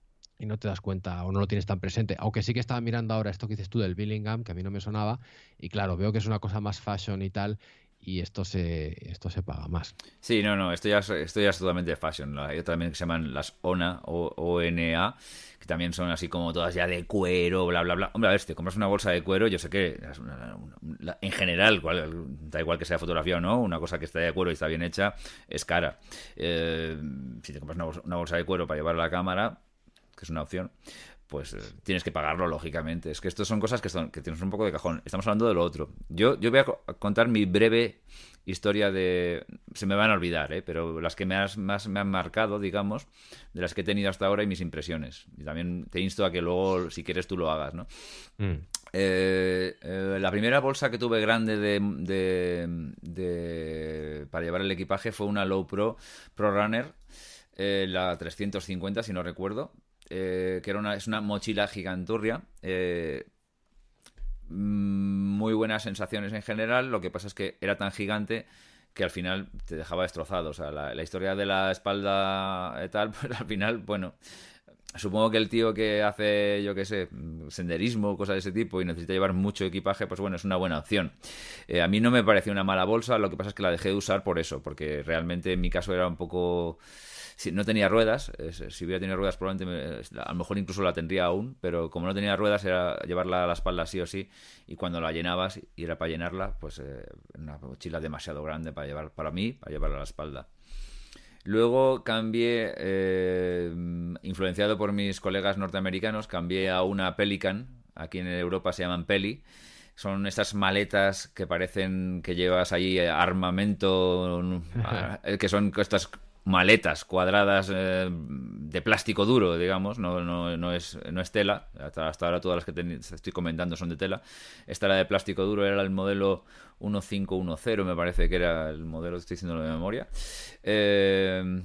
y no te das cuenta o no lo tienes tan presente. Aunque sí que estaba mirando ahora esto que dices tú del Billingham, que a mí no me sonaba, y claro, veo que es una cosa más fashion y tal, y esto se esto se paga más. Sí, no, no, esto ya, esto ya es totalmente fashion. Hay otras también que se llaman las O N A, O N A, que también son así como todas ya de cuero, bla, bla, bla. Hombre, a ver, si te compras una bolsa de cuero, yo sé que una, una, en general, cual, da igual que sea fotografía o no, una cosa que está de cuero y está bien hecha, es cara. Eh, si te compras una bolsa, una bolsa de cuero para llevar a la cámara, que es una opción, pues eh, tienes que pagarlo, lógicamente. Es que estos son cosas que, son, que tienes un poco de cajón. Estamos hablando de lo otro. Yo, yo voy a co- contar mi breve historia de... Se me van a olvidar, ¿eh? Pero las que me has- más me han marcado, digamos, de las que he tenido hasta ahora y mis impresiones. Y también te insto a que luego, si quieres, tú lo hagas, ¿no? Mm. Eh, eh, la primera bolsa que tuve grande de, de- de- para llevar el equipaje fue una Low Pro Pro Runner, eh, la trescientos cincuenta, si no recuerdo, eh, que era una, es una mochila giganturria. Eh, mm, muy buenas sensaciones en general. Lo que pasa es que era tan gigante que al final te dejaba destrozado. O sea, la, la historia de la espalda y tal, pues al final, bueno, supongo que el tío que hace, yo qué sé, senderismo, cosas de ese tipo y necesita llevar mucho equipaje, pues bueno, es una buena opción. Eh, a mí no me pareció una mala bolsa, lo que pasa es que la dejé de usar por eso, porque realmente en mi caso era un poco... Si no tenía ruedas, es- si hubiera tenido ruedas probablemente me- a lo mejor incluso la tendría aún, pero como no tenía ruedas era llevarla a la espalda sí o sí, y cuando la llenabas y era para llenarla, pues eh, una mochila demasiado grande para llevar para mí, para llevarla a la espalda. Luego cambié, eh, influenciado por mis colegas norteamericanos, cambié a una Pelican. Aquí en Europa se llaman Peli. Son estas maletas que parecen que llevas ahí armamento, eh, que son estas maletas cuadradas eh, de plástico duro, digamos, no, no, no, es, no es tela. Hasta, hasta ahora todas las que te estoy comentando son de tela. Esta era de plástico duro, era el modelo quince diez, me parece que era el modelo, estoy diciendo de memoria. Eh,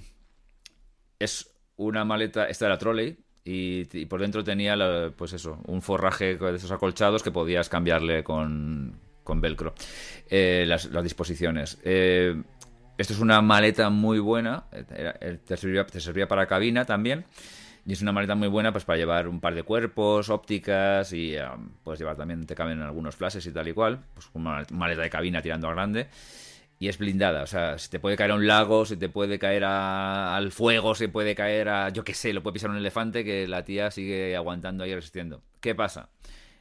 es una maleta, esta era trolley, y, y por dentro tenía, la, pues eso, un forraje de esos acolchados que podías cambiarle con, con velcro, eh, las, las disposiciones. Eh, esto es una maleta muy buena, era- te servía, te servía para cabina también. Y es una maleta muy buena pues para llevar un par de cuerpos, ópticas y eh, puedes llevar también, te caben algunos flashes y tal y cual. Pues una maleta de cabina tirando a grande. Y es blindada, o sea, se te puede caer a un lago, se te puede caer a- al fuego, se puede caer a, yo qué sé, lo puede pisar un elefante que la tía sigue aguantando ahí resistiendo. ¿Qué pasa?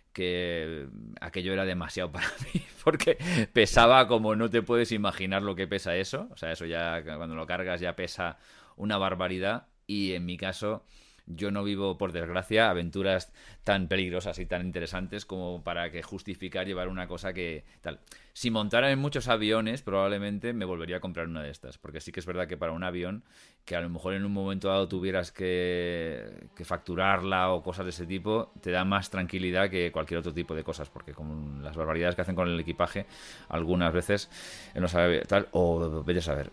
Que aquello era demasiado para mí, porque pesaba como no te puedes imaginar lo que pesa eso. O sea, eso ya cuando lo cargas ya pesa una barbaridad. Y en mi caso, yo no vivo, por desgracia, aventuras tan peligrosas y tan interesantes como para que justificar llevar una cosa que tal. Si montara en muchos aviones, probablemente me volvería a comprar una de estas, porque sí que es verdad que para un avión, que a lo mejor en un momento dado tuvieras que, que facturarla o cosas de ese tipo, te da más tranquilidad que cualquier otro tipo de cosas, porque con las barbaridades que hacen con el equipaje, algunas veces, eh, no sabe tal, o vete a saber.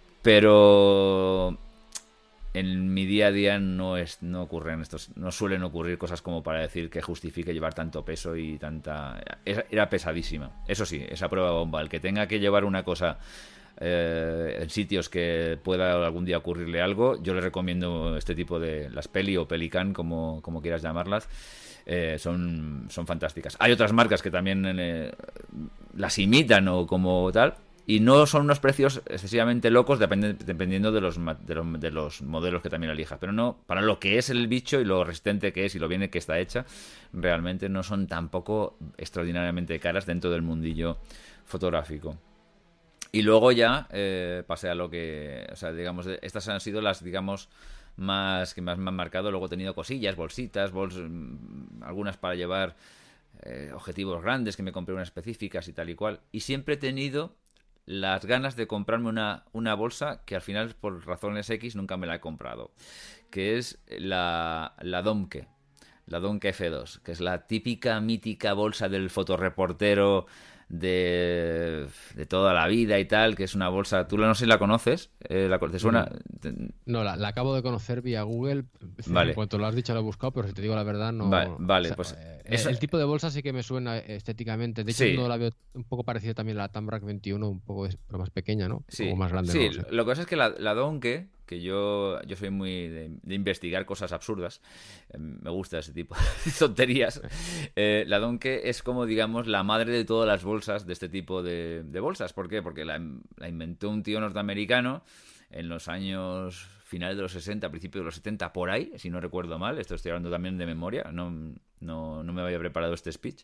Pero en mi día a día no es no ocurren estos no suelen ocurrir cosas como para decir que justifique llevar tanto peso y tanta era, era pesadísima, eso sí, esa prueba bomba, el que tenga que llevar una cosa eh, en sitios que pueda algún día ocurrirle algo, yo le recomiendo este tipo de las Peli o Pelican, como, como quieras llamarlas. Eh, son, son fantásticas. Hay otras marcas que también eh, las imitan o como tal, y no son unos precios excesivamente locos depende- dependiendo de los, ma- de, los, de los modelos que también elijas. Pero no, para lo que es el bicho y lo resistente que es y lo bien que está hecha, realmente no son tampoco extraordinariamente caras dentro del mundillo fotográfico. Y luego ya eh, pasé a lo que, o sea, digamos, de- estas han sido las, digamos, más que más me han marcado. Luego he tenido cosillas, bolsitas, bols, mm, algunas para llevar eh, objetivos grandes que me compré unas específicas y tal y cual. Y siempre he tenido las ganas de comprarme una, una bolsa que al final, por razones X, nunca me la he comprado. Que es la, la Domke. La Domke F dos, que es la típica mítica bolsa del fotoreportero de, de toda la vida y tal, que es una bolsa, tú no sé si la conoces, eh, la, ¿te suena? No, la, la acabo de conocer vía Google. Vale. En cuanto lo has dicho, la he buscado, pero si te digo la verdad, no. Vale, vale, o sea, pues eh, eso- el tipo de bolsa sí que me suena estéticamente. De hecho, Sí. no la veo un poco parecida también a la Tambrac veintiuno, un poco es- pero más pequeña, ¿no? Sí, Un poco más grande, sí, no lo sé. lo que pasa es que la, la Donkey, que yo, yo soy muy de, de investigar cosas absurdas, eh, me gusta ese tipo de tonterías, eh, la Donkey es como, digamos, la madre de todas las bolsas de este tipo de, de bolsas. ¿Por qué? Porque la, la inventó un tío norteamericano en los años finales de los sesenta, principios de los setenta, por ahí, si no recuerdo mal. Esto estoy hablando también de memoria, no, no, no me había preparado este speech.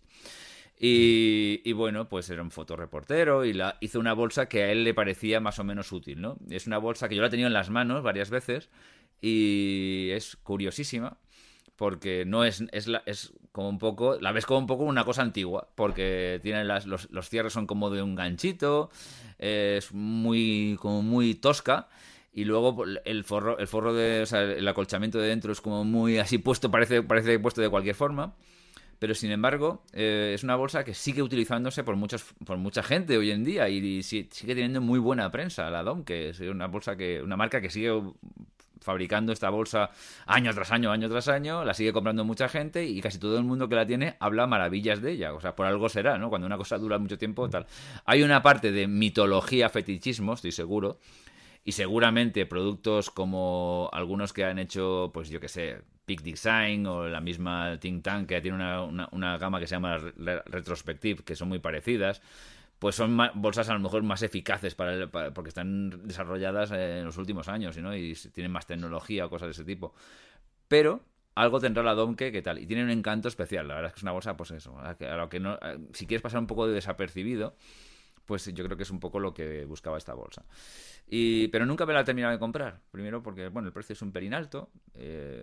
Y, y bueno, pues era un fotoreportero y la, hizo una bolsa que a él le parecía más o menos útil, ¿no? Es una bolsa que yo la he tenido en las manos varias veces y es curiosísima porque no es, es, la, es como un poco, la ves como un poco una cosa antigua, porque tiene las, los, los cierres son como de un ganchito, eh, es muy, como muy tosca. Y luego el forro, el forro de, o sea, el acolchamiento de dentro es como muy así puesto, parece, parece puesto de cualquier forma. Pero sin embargo, eh, es una bolsa que sigue utilizándose por muchos, por mucha gente hoy en día y, y sigue teniendo muy buena prensa, la D O M, que es una bolsa que, una marca que sigue fabricando esta bolsa año tras año, año tras año, la sigue comprando mucha gente y casi todo el mundo que la tiene habla maravillas de ella. O sea, por algo será, ¿no? Cuando una cosa dura mucho tiempo, tal. Hay una parte de mitología, fetichismo, estoy seguro. Y seguramente productos como algunos que han hecho, pues yo que sé, Peak Design o la misma Think Tank, que tiene una, una, una gama que se llama Retrospective, que son muy parecidas, pues son más, bolsas a lo mejor más eficaces para, el, para porque están desarrolladas en los últimos años, ¿no? Y tienen más tecnología o cosas de ese tipo. Pero algo tendrá la D O M que, que tal. Y tiene un encanto especial. La verdad es que es una bolsa, pues eso. A lo que no, si quieres pasar un poco de desapercibido, pues yo creo que es un poco lo que buscaba esta bolsa. Y, pero nunca me la he terminado de comprar. Primero porque, bueno, el precio es un pelín alto. Eh,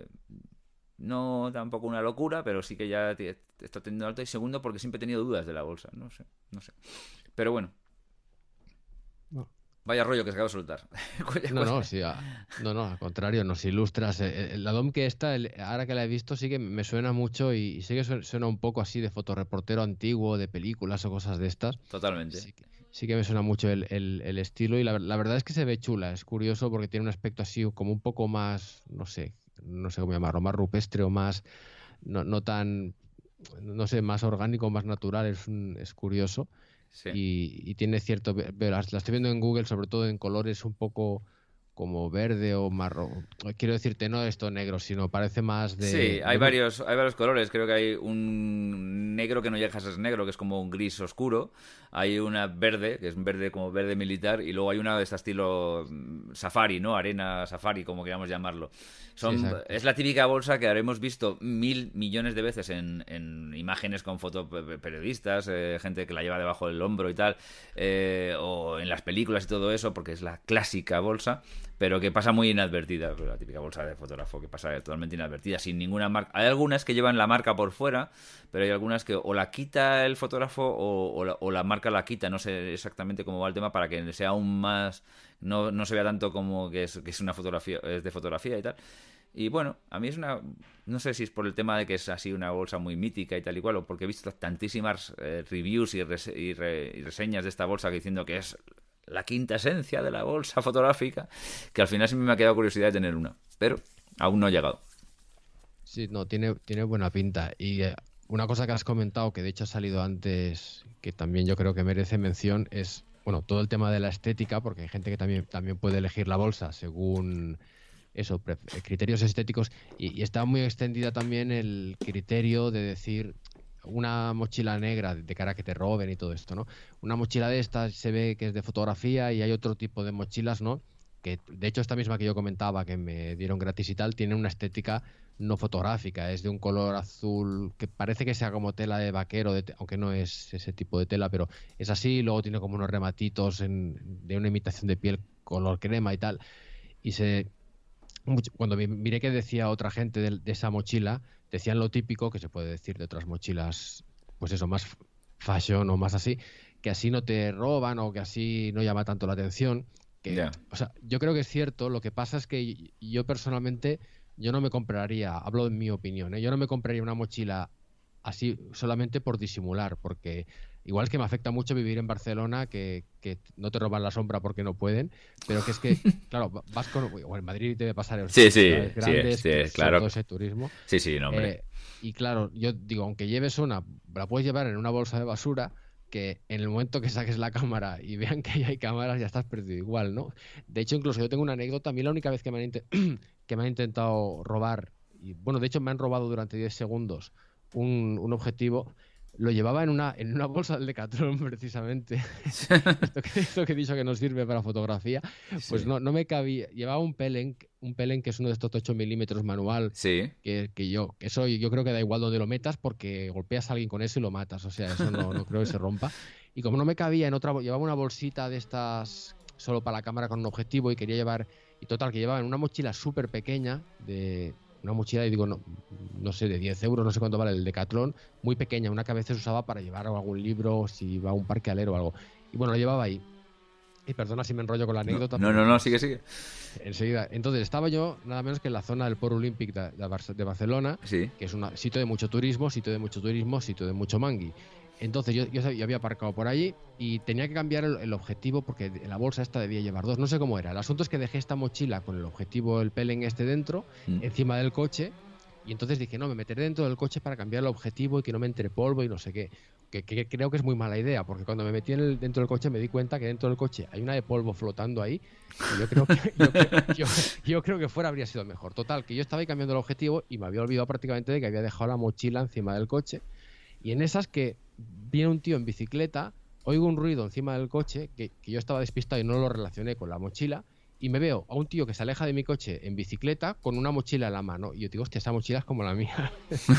no tampoco una locura, pero sí que ya te, te está teniendo alto. Y segundo porque siempre he tenido dudas de la bolsa. No sé, no sé. Pero bueno. No. Vaya rollo que se acaba de soltar. No, no, sí, a, no, no, al contrario, nos ilustras. Eh, la D O M que esta, el, ahora que la he visto, sí que me suena mucho y, y sí que suena, suena un poco así de fotoreportero antiguo, de películas o cosas de estas. Totalmente. Sí que, sí que me suena mucho el, el, el estilo y la, la verdad es que se ve chula, es curioso porque tiene un aspecto así como un poco más, no sé, no sé cómo llamarlo, más rupestre o más, no, no tan, no sé, más orgánico, más natural, es, un, es curioso. Sí. Y, y tiene cierto, la estoy viendo en Google, sobre todo en colores un poco como verde o marrón. Quiero decirte, no esto negro, sino parece más de... Sí, hay, de... varios, hay varios colores. Creo que hay un negro que no llega a ser negro, que es como un gris oscuro. Hay una verde, que es un verde como verde militar. Y luego hay una de este estilo safari, ¿no? Arena safari, como queramos llamarlo. Son, sí, es la típica bolsa que habremos visto mil millones de veces en, en imágenes con fotoperiodistas, eh, gente que la lleva debajo del hombro y tal, eh, o en las películas y todo eso, porque es la clásica bolsa, pero que pasa muy inadvertida, la típica bolsa de fotógrafo que pasa totalmente inadvertida, sin ninguna marca. Hay algunas que llevan la marca por fuera, pero hay algunas que o la quita el fotógrafo o, o, la, o la marca la quita, no sé exactamente cómo va el tema, para que sea aún más, no, no se vea tanto como que es, que es una fotografía, es de fotografía y tal. Y bueno, a mí es una, no sé si es por el tema de que es así una bolsa muy mítica y tal y cual, o porque he visto tantísimas eh, reviews y, res, y, re, y reseñas de esta bolsa diciendo que es la quinta esencia de la bolsa fotográfica, que al final siempre me ha quedado curiosidad de tener una, pero aún no he llegado. Sí, no, tiene, tiene buena pinta. Y eh, una cosa que has comentado, que de hecho ha salido antes, que también yo creo que merece mención, es, bueno, todo el tema de la estética, porque hay gente que también, también puede elegir la bolsa según eso, criterios estéticos, y, y está muy extendida también el criterio de decir una mochila negra de cara a que te roben y todo esto, ¿no? Una mochila de estas se ve que es de fotografía y hay otro tipo de mochilas, ¿no? Que de hecho esta misma que yo comentaba, que me dieron gratis y tal, tiene una estética no fotográfica, es de un color azul que parece que sea como tela de vaquero, de te- aunque no es ese tipo de tela, pero es así, luego tiene como unos rematitos en, de una imitación de piel color crema y tal, y se... Cuando miré que decía otra gente de, de esa mochila, decían lo típico que se puede decir de otras mochilas, pues eso, más fashion o más así, que así no te roban o que así no llama tanto la atención. Que, yeah. O sea, yo creo que es cierto. Lo que pasa es que yo personalmente, yo no me compraría, hablo en mi opinión, ¿eh? Yo no me compraría una mochila así solamente por disimular, porque igual que me afecta mucho vivir en Barcelona, que, que no te roban la sombra porque no pueden, pero que es que, claro, vas con... O en Madrid debe pasar en sí, sí, grandes, sí, sí, claro. todo ese turismo. Sí, sí, no, hombre. Eh, y claro, yo digo, aunque lleves una, la puedes llevar en una bolsa de basura, que en el momento que saques la cámara y vean que ahí hay cámaras, ya estás perdido igual, ¿no? De hecho, incluso yo tengo una anécdota. A mí la única vez que me han, int- que me han intentado robar, y bueno, de hecho me han robado durante diez segundos un, un objetivo, lo llevaba en una, en una bolsa del Decathlon, precisamente. esto, que, esto que he dicho que no sirve para fotografía, pues sí. no, no me cabía. Llevaba un Pellenc, un Pellenc que es uno de estos ocho milímetros manual, sí. que, que yo, eso yo creo que da igual donde lo metas, porque golpeas a alguien con eso y lo matas, o sea, eso no, no creo que se rompa. Y como no me cabía en otra, llevaba una bolsita de estas solo para la cámara con un objetivo y quería llevar, y total, que llevaba en una mochila súper pequeña, de una mochila, y digo, no, no sé, de diez euros, no sé cuánto vale, el Decathlon, muy pequeña, una que a veces usaba para llevar algún libro, si iba a un parque alero o algo. Y bueno, lo llevaba ahí. Y perdona si me enrollo con la anécdota. No, no, no, no, sigue, sigue. Enseguida. Entonces, estaba yo nada menos que en la zona del Port Olímpic de, de, Bar de Barcelona, sí. que es un sitio de mucho turismo, sitio de mucho turismo, sitio de mucho mangui. Entonces yo, yo, yo había aparcado por allí y tenía que cambiar el, el objetivo porque la bolsa esta debía llevar dos, no sé cómo era. El asunto es que dejé esta mochila con el objetivo, el Pelen este dentro, mm. encima del coche, y entonces dije, no, me meteré dentro del coche para cambiar el objetivo y que no me entre polvo y no sé qué. Que, que, que creo que es muy mala idea, porque cuando me metí en el, dentro del coche me di cuenta que dentro del coche hay una de polvo flotando ahí, y yo creo que, yo, creo, yo, yo creo que fuera habría sido mejor. Total, que yo estaba ahí cambiando el objetivo y me había olvidado prácticamente de que había dejado la mochila encima del coche, y en esas que viene un tío en bicicleta, oigo un ruido encima del coche, que, que yo estaba despistado y no lo relacioné con la mochila, y me veo a un tío que se aleja de mi coche en bicicleta con una mochila en la mano. Y yo digo, hostia, esa mochila es como la mía.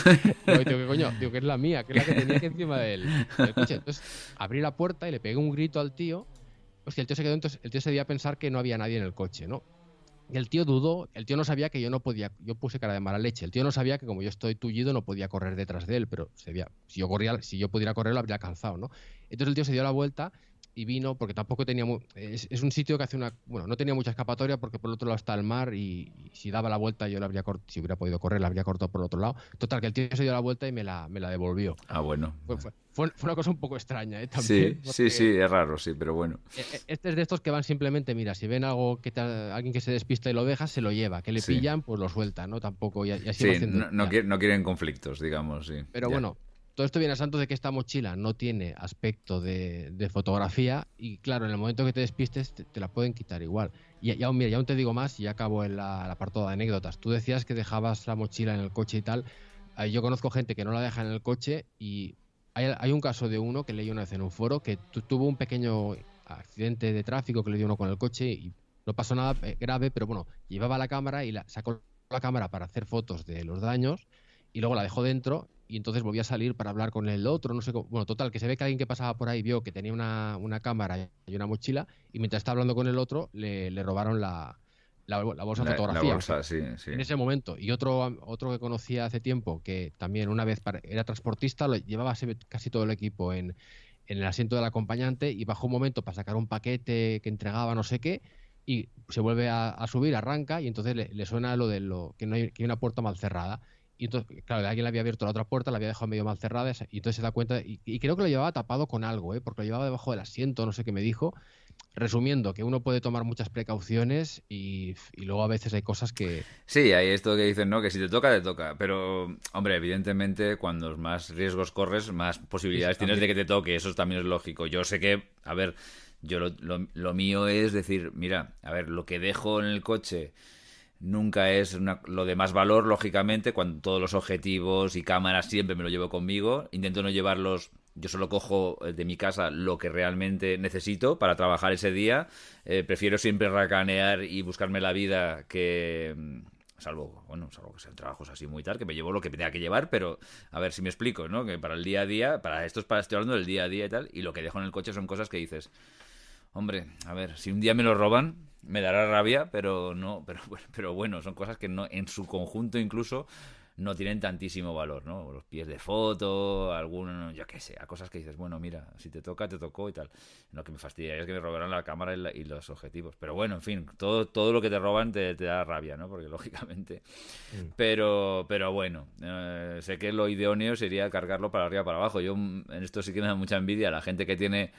Y digo, ¿qué coño? Digo, que es la mía, que es la que tenía que encima del, del coche. Entonces abrí la puerta y le pegué un grito al tío. Hostia, el tío se quedó, entonces el tío se dio a pensar que no había nadie en el coche, ¿no? Y el tío dudó, el tío no sabía que yo no podía, yo puse cara de mala leche, el tío no sabía que como yo estoy tullido no podía correr detrás de él, pero se veía, si yo corría, si yo pudiera correr lo habría alcanzado, ¿no? Entonces el tío se dio la vuelta y vino, porque tampoco tenía, mu es, es un sitio que hace una, bueno, no tenía mucha escapatoria porque por el otro lado está el mar y, y si daba la vuelta yo la habría cortado, si hubiera podido correr la habría cortado por el otro lado. Total, que el tío se dio la vuelta y me la, me la devolvió. Ah, bueno. Fue, fue, fue, fue una cosa un poco extraña, ¿eh? También, sí, sí, sí, es raro, sí, pero bueno. Este es de estos que van simplemente, mira, si ven algo que te, alguien que se despista y lo deja, se lo lleva, que le sí. pillan, pues lo sueltan, ¿no? Tampoco, y, y así sí, va haciendo, no, no, quieren, no quieren conflictos, digamos, sí. Pero ya. Bueno, todo esto viene a santo de que esta mochila no tiene aspecto de, de fotografía y claro, en el momento que te despistes te, te la pueden quitar igual. Y ya, mira, ya aún te digo más y ya acabo en la, la apartado de anécdotas. Tú decías que dejabas la mochila en el coche y tal. Eh, yo conozco gente que no la deja en el coche y hay, hay un caso de uno que leí una vez en un foro que tuvo un pequeño accidente de tráfico que le dio uno con el coche y no pasó nada grave, pero bueno, llevaba la cámara y la, sacó la cámara para hacer fotos de los daños y luego la dejó dentro y entonces volvió a salir para hablar con el otro, no sé cómo. Bueno, total, que se ve que alguien que pasaba por ahí vio que tenía una, una cámara y una mochila y mientras estaba hablando con el otro le, le robaron la, la, la bolsa de fotografía. La bolsa, sí, sí. En ese momento. Y otro, otro que conocía hace tiempo, que también una vez para, era transportista, lo llevaba casi todo el equipo en, en el asiento del acompañante y bajó un momento para sacar un paquete que entregaba no sé qué y se vuelve a, a subir, arranca y entonces le, le suena lo de lo que no hay, que hay una puerta mal cerrada. Y entonces, claro, alguien le había abierto la otra puerta, la había dejado medio mal cerrada y entonces se da cuenta, y, y creo que lo llevaba tapado con algo, ¿eh? Porque lo llevaba debajo del asiento, no sé qué me dijo. Resumiendo, que uno puede tomar muchas precauciones y, y luego a veces hay cosas que... Sí, hay esto que dicen, ¿no? Que si te toca, te toca. Pero, hombre, evidentemente, cuando más riesgos corres, más posibilidades sí, tienes de que te toque. Eso también es lógico. Yo sé que, a ver, yo lo, lo, lo mío es decir, mira, a ver, lo que dejo en el coche... Nunca es una, lo de más valor, lógicamente, cuando todos los objetivos y cámaras siempre me lo llevo conmigo. Intento no llevarlos, yo solo cojo de mi casa lo que realmente necesito para trabajar ese día. Eh, prefiero siempre racanear y buscarme la vida que... Salvo, bueno, salvo que sean trabajos así muy tal, que me llevo lo que tenga que llevar, pero a ver si me explico, ¿no? Que para el día a día, para esto es para estoy hablando del día a día y tal, y lo que dejo en el coche son cosas que dices... Hombre, a ver, si un día me lo roban, me dará rabia, pero no, pero, pero bueno, son cosas que no, en su conjunto incluso no tienen tantísimo valor, ¿no? Los pies de foto, algún, yo qué sé, a cosas que dices, bueno, mira, si te toca, te tocó y tal. Lo que me fastidiaría es que me robaran la cámara y, la, y los objetivos. Pero bueno, en fin, todo, todo lo que te roban te, te da rabia, ¿no? Porque lógicamente... Mm. Pero, pero bueno, eh, sé que lo idóneo sería cargarlo para arriba para abajo. Yo en esto sí que me da mucha envidia. La gente que tiene...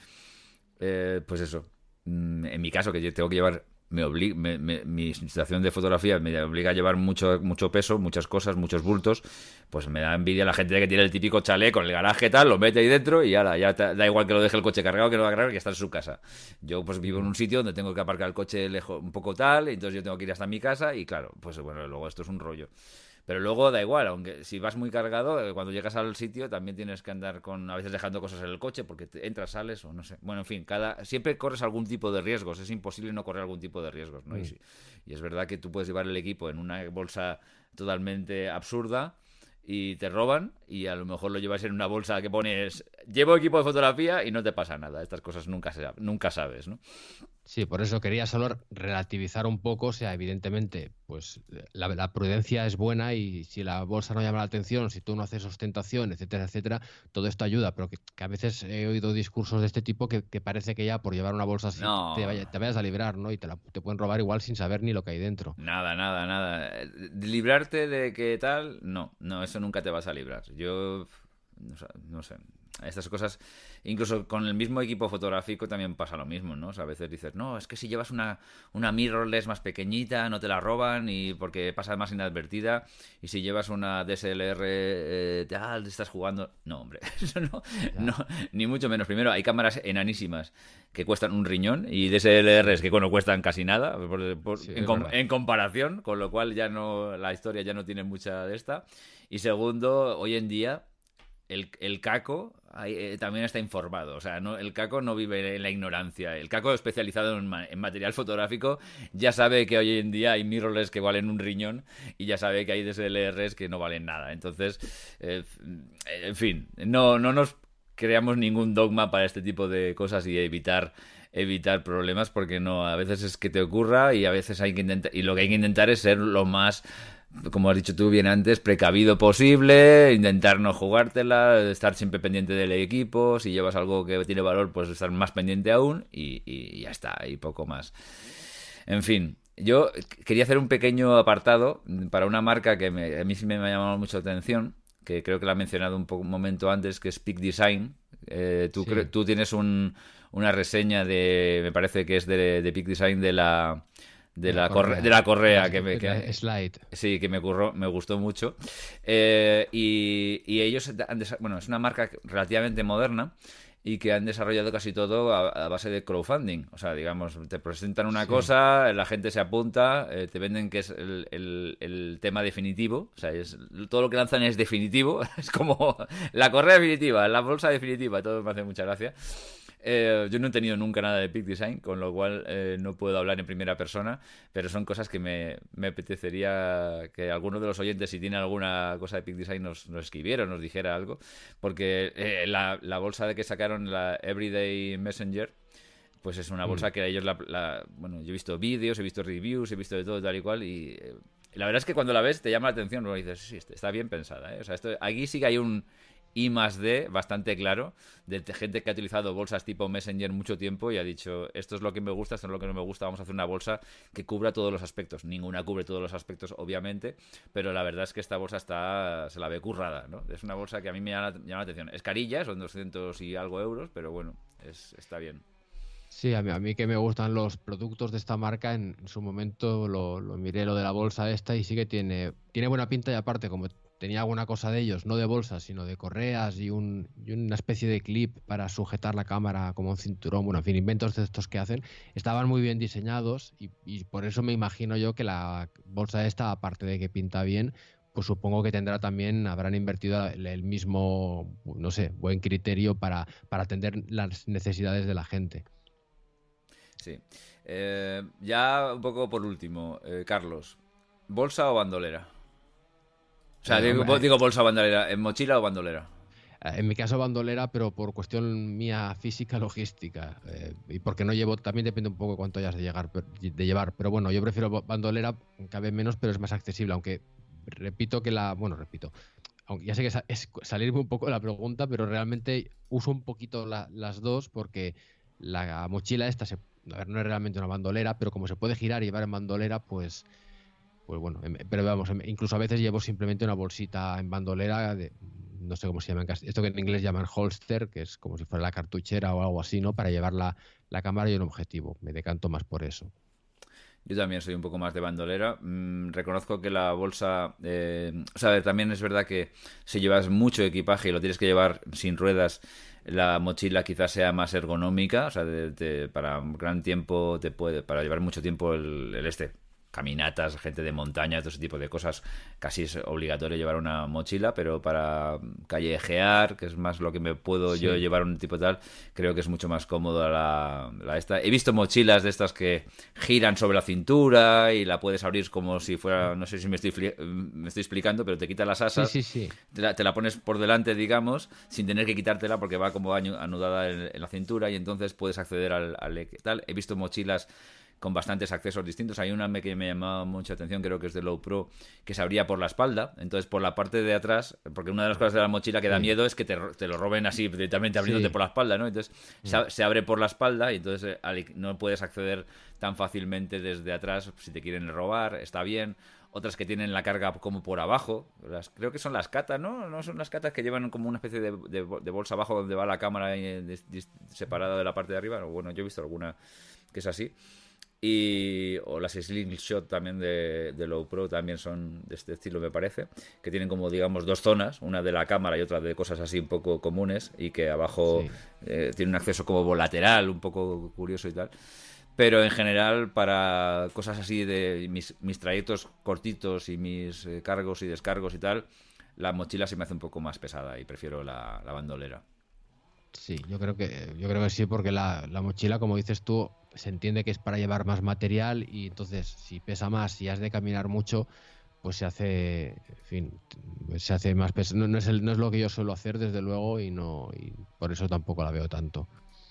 Eh, pues eso, en mi caso que yo tengo que llevar, me obliga, me, me, mi situación de fotografía me obliga a llevar mucho, mucho peso, muchas cosas, muchos bultos, pues me da envidia la gente que tiene el típico chalet con el garaje tal, lo mete ahí dentro y ahora ya te, da igual que lo deje el coche cargado que no va a cargar, que está en su casa. Yo pues vivo en un sitio donde tengo que aparcar el coche lejos, un poco tal, y entonces yo tengo que ir hasta mi casa y claro, pues bueno, luego esto es un rollo. Pero luego da igual, aunque si vas muy cargado, cuando llegas al sitio también tienes que andar con a veces dejando cosas en el coche porque te entras, sales o no sé. Bueno, en fin, cada siempre corres algún tipo de riesgos, es imposible no correr algún tipo de riesgos, ¿no? Mm. Y, y es verdad que tú puedes llevar el equipo en una bolsa totalmente absurda y te roban y a lo mejor lo llevas en una bolsa que pones llevo equipo de fotografía y no te pasa nada. Estas cosas nunca se, nunca sabes, ¿no? Sí, por eso quería solo relativizar un poco, o sea, evidentemente, pues la, la prudencia es buena y si la bolsa no llama la atención, si tú no haces ostentación, etcétera, etcétera, todo esto ayuda, pero que, que a veces he oído discursos de este tipo que, que parece que ya por llevar una bolsa así te, No, vaya, te vayas a librar, ¿no? Y te, la, te pueden robar igual sin saber ni lo que hay dentro. nada, nada, nada. Librarte de que tal, no, no, eso nunca te vas a librar. Yo, no sé, no sé. Estas cosas, incluso con el mismo equipo fotográfico también pasa lo mismo, ¿no? O sea, a veces dices, no, es que si llevas una, una mirrorless más pequeñita no te la roban y porque pasa más inadvertida, y si llevas una D S L R eh, tal, estás jugando... No, hombre, eso no, no, ni mucho menos. Primero, hay cámaras enanísimas que cuestan un riñón y D S L Rs que, bueno, cuestan casi nada por, por, sí, en, com en comparación, con lo cual ya no, la historia ya no tiene mucha de esta. Y segundo, hoy en día El, el caco eh, también está informado. O sea, no, el caco no vive en la ignorancia. El caco especializado en, ma en material fotográfico ya sabe que hoy en día hay mirrorless que valen un riñón y ya sabe que hay D S L Rs que no valen nada. Entonces, eh, en fin, no, no nos creamos ningún dogma para este tipo de cosas y evitar... evitar problemas, porque no, a veces es que te ocurra y a veces hay que intentar, y lo que hay que intentar es ser lo más, como has dicho tú bien antes, precavido posible, intentar no jugártela, estar siempre pendiente del equipo, si llevas algo que tiene valor, pues estar más pendiente aún y, y ya está, y poco más. En fin, yo quería hacer un pequeño apartado para una marca que me, a mí sí me ha llamado mucho la atención, que creo que la he mencionado un, poco, un momento antes, que es Peak Design. Eh, tú, sí. tú tienes un, una reseña de, me parece que es de, de Peak Design de la... De la, la correa, correa, de la correa la, que me que, slide. Sí, que me curró, me gustó mucho. Eh, y, y ellos han bueno, es una marca relativamente moderna y que han desarrollado casi todo a, a base de crowdfunding. O sea, digamos, te presentan una sí. cosa, la gente se apunta, eh, te venden que es el, el, el tema definitivo. O sea, es, todo lo que lanzan es definitivo. Es como la correa definitiva, la bolsa definitiva. Todo me hace mucha gracia. Eh, yo no he tenido nunca nada de Peak Design, con lo cual eh, no puedo hablar en primera persona, pero son cosas que me, me apetecería que alguno de los oyentes, si tiene alguna cosa de Peak Design, nos, nos escribiera o nos dijera algo, porque eh, la, la bolsa de que sacaron, la Everyday Messenger, pues es una bolsa mm. que a ellos la, la... Bueno, yo he visto vídeos, he visto reviews, he visto de todo tal y cual, y eh, la verdad es que cuando la ves te llama la atención, luego dices, sí, está bien pensada, ¿eh? O sea, esto, aquí sí que hay un I más D bastante claro de gente que ha utilizado bolsas tipo Messenger mucho tiempo y ha dicho, esto es lo que me gusta, esto es lo que no me gusta, vamos a hacer una bolsa que cubra todos los aspectos. Ninguna cubre todos los aspectos, obviamente, pero la verdad es que esta bolsa está, se la ve currada, ¿no? Es una bolsa que a mí me llama, llama la atención. Es carilla, son doscientos y algo euros, pero bueno, es, está bien. Sí, a mí, a mí que me gustan los productos de esta marca, en, en su momento lo, lo miré lo de la bolsa esta y sí que tiene, tiene buena pinta, y aparte como tenía alguna cosa de ellos, no de bolsas, sino de correas y, un, y una especie de clip para sujetar la cámara como un cinturón, bueno, en fin, inventos de estos que hacen, estaban muy bien diseñados y, y por eso me imagino yo que la bolsa esta, aparte de que pinta bien, pues supongo que tendrá también, habrán invertido el, el mismo, no sé, buen criterio para, para atender las necesidades de la gente. Sí. Eh, ya un poco por último, eh, Carlos, ¿bolsa o bandolera? O sea, digo, digo bolsa o bandolera, ¿en mochila o bandolera? En mi caso bandolera, pero por cuestión mía física, logística. Eh, y porque no llevo, también depende un poco de cuánto hayas de, llegar, de llevar. Pero bueno, yo prefiero bandolera, cabe menos, pero es más accesible. Aunque repito que la... Bueno, repito. Aunque ya sé que es salirme un poco de la pregunta, pero realmente uso un poquito la, las dos porque la mochila esta se, a ver, no es realmente una bandolera, pero como se puede girar y llevar en bandolera, pues... Pues bueno, pero vamos, incluso a veces llevo simplemente una bolsita en bandolera, de, no sé cómo se llama en castellano, esto que en inglés llaman holster, que es como si fuera la cartuchera o algo así, ¿no? Para llevar la, la cámara y un objetivo. Me decanto más por eso. Yo también soy un poco más de bandolera. Mm, reconozco que la bolsa... Eh, o sea, también es verdad que si llevas mucho equipaje y lo tienes que llevar sin ruedas, la mochila quizás sea más ergonómica. O sea, de, de, para un gran tiempo te puede... Para llevar mucho tiempo el, el este... caminatas, gente de montaña, todo ese tipo de cosas, casi es obligatorio llevar una mochila, pero para callejear, que es más lo que me puedo sí. yo llevar un tipo tal, creo que es mucho más cómodo la, la esta. He visto mochilas de estas que giran sobre la cintura y la puedes abrir como si fuera, no sé si me estoy me estoy explicando, pero te quitas las asas, sí, sí, sí. Te, la, te la pones por delante, digamos, sin tener que quitártela porque va como anudada en, en la cintura y entonces puedes acceder al, al tal. He visto mochilas con bastantes accesos distintos. Hay una que me llamaba mucha atención, creo que es de Low Pro, que se abría por la espalda. Entonces, por la parte de atrás, porque una de las cosas de la mochila que da sí. miedo es que te, te lo roben así, directamente abriéndote sí. por la espalda, ¿no? Entonces, sí. se, se abre por la espalda y entonces no puedes acceder tan fácilmente desde atrás. Si te quieren robar, está bien. Otras que tienen la carga como por abajo, las, creo que son las catas, ¿no? No son las catas que llevan como una especie de, de, de bolsa abajo donde va la cámara de, de, de, separada de la parte de arriba. Bueno, yo he visto alguna que es así. Y o las Slingshot también de, de Low Pro también son de este estilo, me parece, que tienen como, digamos, dos zonas, una de la cámara y otra de cosas así un poco comunes, y que abajo sí. eh, tiene un acceso como lateral, un poco curioso y tal. Pero en general, para cosas así de mis, mis trayectos cortitos y mis eh, cargos y descargos y tal, la mochila se me hace un poco más pesada y prefiero la, la bandolera. Sí, yo creo que yo creo que sí, porque la, la mochila, como dices tú, se entiende que es para llevar más material y entonces si pesa más y has de caminar mucho, pues se hace, en fin, se hace más pesado. No, no, es el, no es lo que yo suelo hacer, desde luego, y no y por eso tampoco la veo tanto.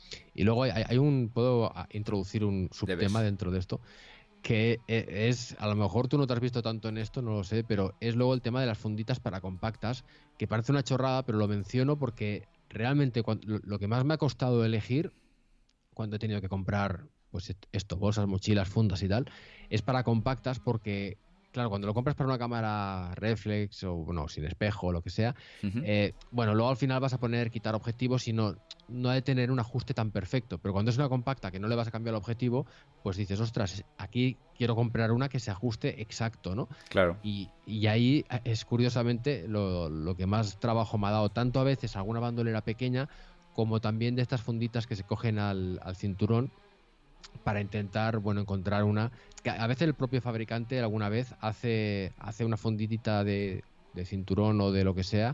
Y luego hay, hay un, puedo introducir un subtema dentro de esto, que es, a lo mejor tú no te has visto tanto en esto, no lo sé, pero es luego el tema de las funditas para compactas, que parece una chorrada, pero lo menciono porque realmente cuando, lo que más me ha costado elegir cuando he tenido que comprar pues esto, bolsas, mochilas, fundas y tal, es para compactas porque, claro, cuando lo compras para una cámara reflex o bueno, sin espejo o lo que sea, uh-huh. eh, bueno, luego al final vas a poner, quitar objetivos y no, no ha de tener un ajuste tan perfecto, pero cuando es una compacta que no le vas a cambiar el objetivo, pues dices, ostras, aquí quiero comprar una que se ajuste exacto, ¿no? Claro. Y, y ahí es curiosamente lo, lo que más trabajo me ha dado, tanto a veces alguna bandolera pequeña como también de estas funditas que se cogen al, al cinturón para intentar, bueno, encontrar una... Que a veces el propio fabricante alguna vez hace, hace una funditita de, de cinturón o de lo que sea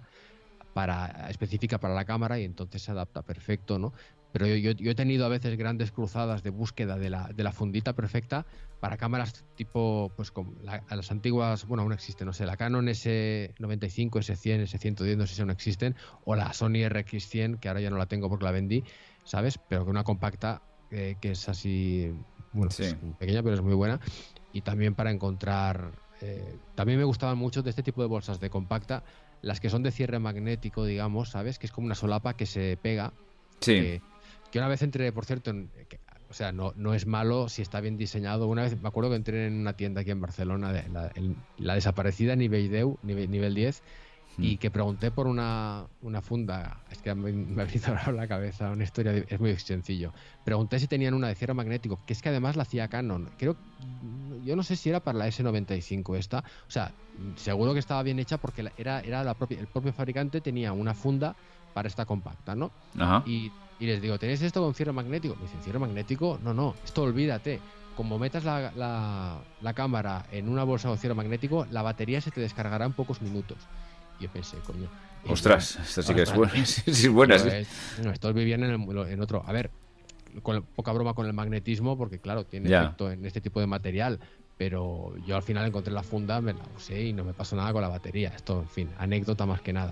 para específica para la cámara y entonces se adapta perfecto, ¿no? Pero yo, yo, yo he tenido a veces grandes cruzadas de búsqueda de la, de la fundita perfecta para cámaras tipo, pues como la, a las antiguas, bueno, aún existen, no sé, la Canon ese noventa y cinco, ese cien, ese ciento diez, no sé si aún existen, o la Sony R X cien, que ahora ya no la tengo porque la vendí, ¿sabes? Pero que una compacta eh, que es así, bueno, sí. es pequeña, pero es muy buena. Y también para encontrar, eh, también me gustaban mucho de este tipo de bolsas de compacta, las que son de cierre magnético, digamos, ¿sabes? Que es como una solapa que se pega. Sí. Que, que una vez entré, por cierto, en, que, o sea, no, no es malo si está bien diseñado. Una vez me acuerdo que entré en una tienda aquí en Barcelona, de, la, el, la desaparecida nivel diez, nivel, nivel diez mm. y que pregunté por una, una funda. Es que me, me ha venido ahora a la cabeza una historia, de, es muy sencillo. Pregunté si tenían una de cierre magnético, que es que además la hacía Canon. Creo, yo no sé si era para la ese noventa y cinco esta. O sea, seguro que estaba bien hecha porque era, era la propia, el propio fabricante tenía una funda para esta compacta, ¿no? Ajá. Y Y les digo, ¿tenéis esto con cierre magnético? Me dicen, ¿cierre magnético? No, no, esto olvídate. Como metas la, la, la cámara en una bolsa con cierre magnético, la batería se te descargará en pocos minutos. Y yo pensé, coño. Ostras, esto sí que es bueno. Sí, es buena, sí. No, esto vivían en, el, en otro. A ver, con poca broma con el magnetismo, porque claro, tiene ya. efecto en este tipo de material. Pero yo al final encontré la funda, me la usé y no me pasó nada con la batería. Esto, en fin, anécdota más que nada.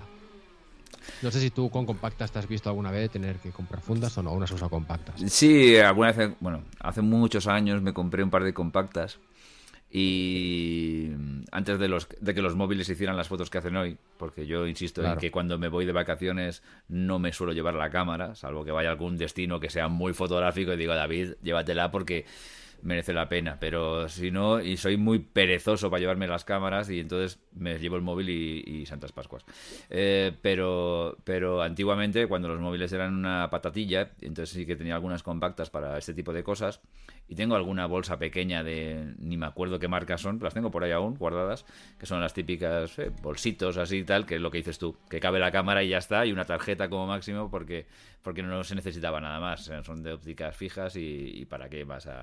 No sé si tú con compactas te has visto alguna vez tener que comprar fundas o no, unas usas compactas. Sí, alguna vez, bueno, hace muchos años me compré un par de compactas y antes de los de que los móviles hicieran las fotos que hacen hoy, porque yo insisto claro. en que cuando me voy de vacaciones no me suelo llevar la cámara, salvo que vaya a algún destino que sea muy fotográfico y digo, David, llévatela porque merece la pena, pero si no, y soy muy perezoso para llevarme las cámaras y entonces me llevo el móvil y, y Santas Pascuas. Eh, pero, pero antiguamente, cuando los móviles eran una patatilla, entonces sí que tenía algunas compactas para este tipo de cosas y tengo alguna bolsa pequeña de, ni me acuerdo qué marcas son, las tengo por ahí aún guardadas, que son las típicas eh, bolsitos así y tal, que es lo que dices tú, que cabe la cámara y ya está, y una tarjeta como máximo porque, porque no se necesitaba nada más, son de ópticas fijas y, y para qué vas a tener más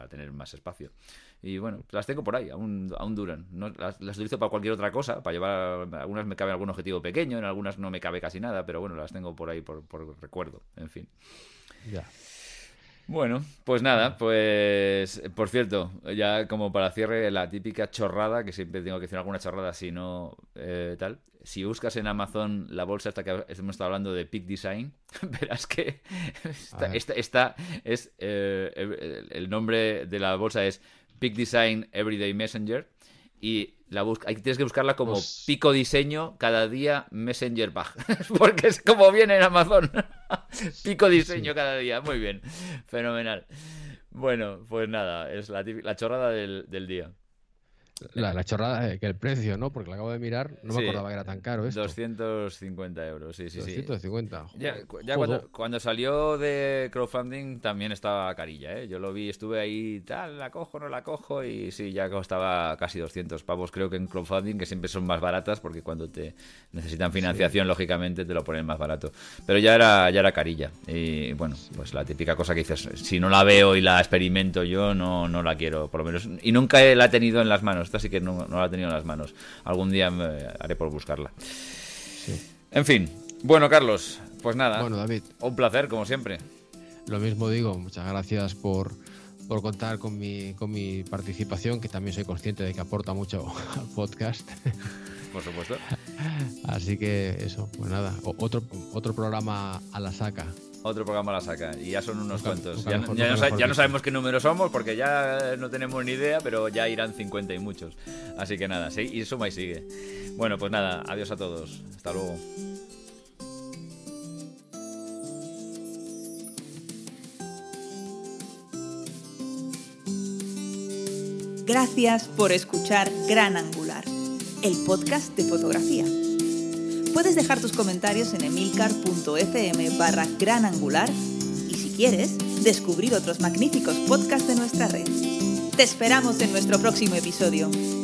más espacio. Y bueno, las tengo por ahí, aún, aún duran. No, las, las utilizo para cualquier otra cosa, para llevar, algunas me cabe algún objetivo pequeño, en algunas no me cabe casi nada, pero bueno, las tengo por ahí por, por recuerdo, en fin. Ya. Bueno, pues nada, pues por cierto, ya como para cierre, la típica chorrada, que siempre tengo que decir alguna chorrada, si no eh, tal. Si buscas en Amazon la bolsa esta que hemos estado hablando de Peak Design, verás que esta, esta, esta es eh, el, el nombre de la bolsa es Peak Design Everyday Messenger, y la busca, ahí tienes que buscarla como pues... Pico Diseño cada día Messenger Bag, porque es como viene en Amazon. Pico Diseño sí. cada día, muy bien, fenomenal. Bueno, pues nada, es la, la chorrada del, del día. La, la chorrada, eh, que el precio, ¿no? Porque lo acabo de mirar, no me sí, acordaba que era tan caro esto. doscientos cincuenta euros, sí, sí, doscientos cincuenta. sí. Ya, ya cuando, cuando salió de crowdfunding también estaba carilla, ¿eh? Yo lo vi, estuve ahí, tal, la cojo, no la cojo, y sí, ya costaba casi doscientos pavos, creo que en crowdfunding, que siempre son más baratas, porque cuando te necesitan financiación, sí. lógicamente, te lo ponen más barato. Pero ya era, ya era carilla. Y bueno, pues la típica cosa que dices, si no la veo y la experimento yo, no, no la quiero, por lo menos. Y nunca la he tenido en las manos. Esta sí que no, no la he tenido en las manos. Algún día me haré por buscarla. Sí. En fin. Bueno, Carlos, pues nada. Bueno, David. Un placer, como siempre. Lo mismo digo. Muchas gracias por, por contar con mi, con mi participación, que también soy consciente de que aporta mucho al podcast. Por supuesto. Así que eso, pues nada. Otro, otro programa a la saca. Otro programa a la saca, y ya son unos nunca, cuantos. Nunca ya mejor, ya, nunca no, ya no sabemos qué número somos, porque ya no tenemos ni idea, pero ya irán cincuenta y muchos. Así que nada, sí, y suma y sigue. Bueno, pues nada, adiós a todos. Hasta luego. Gracias por escuchar Gran Angular, el podcast de fotografía. Puedes dejar tus comentarios en emilcar.fm barra Gran Angular y si quieres, descubrir otros magníficos podcasts de nuestra red. Te esperamos en nuestro próximo episodio.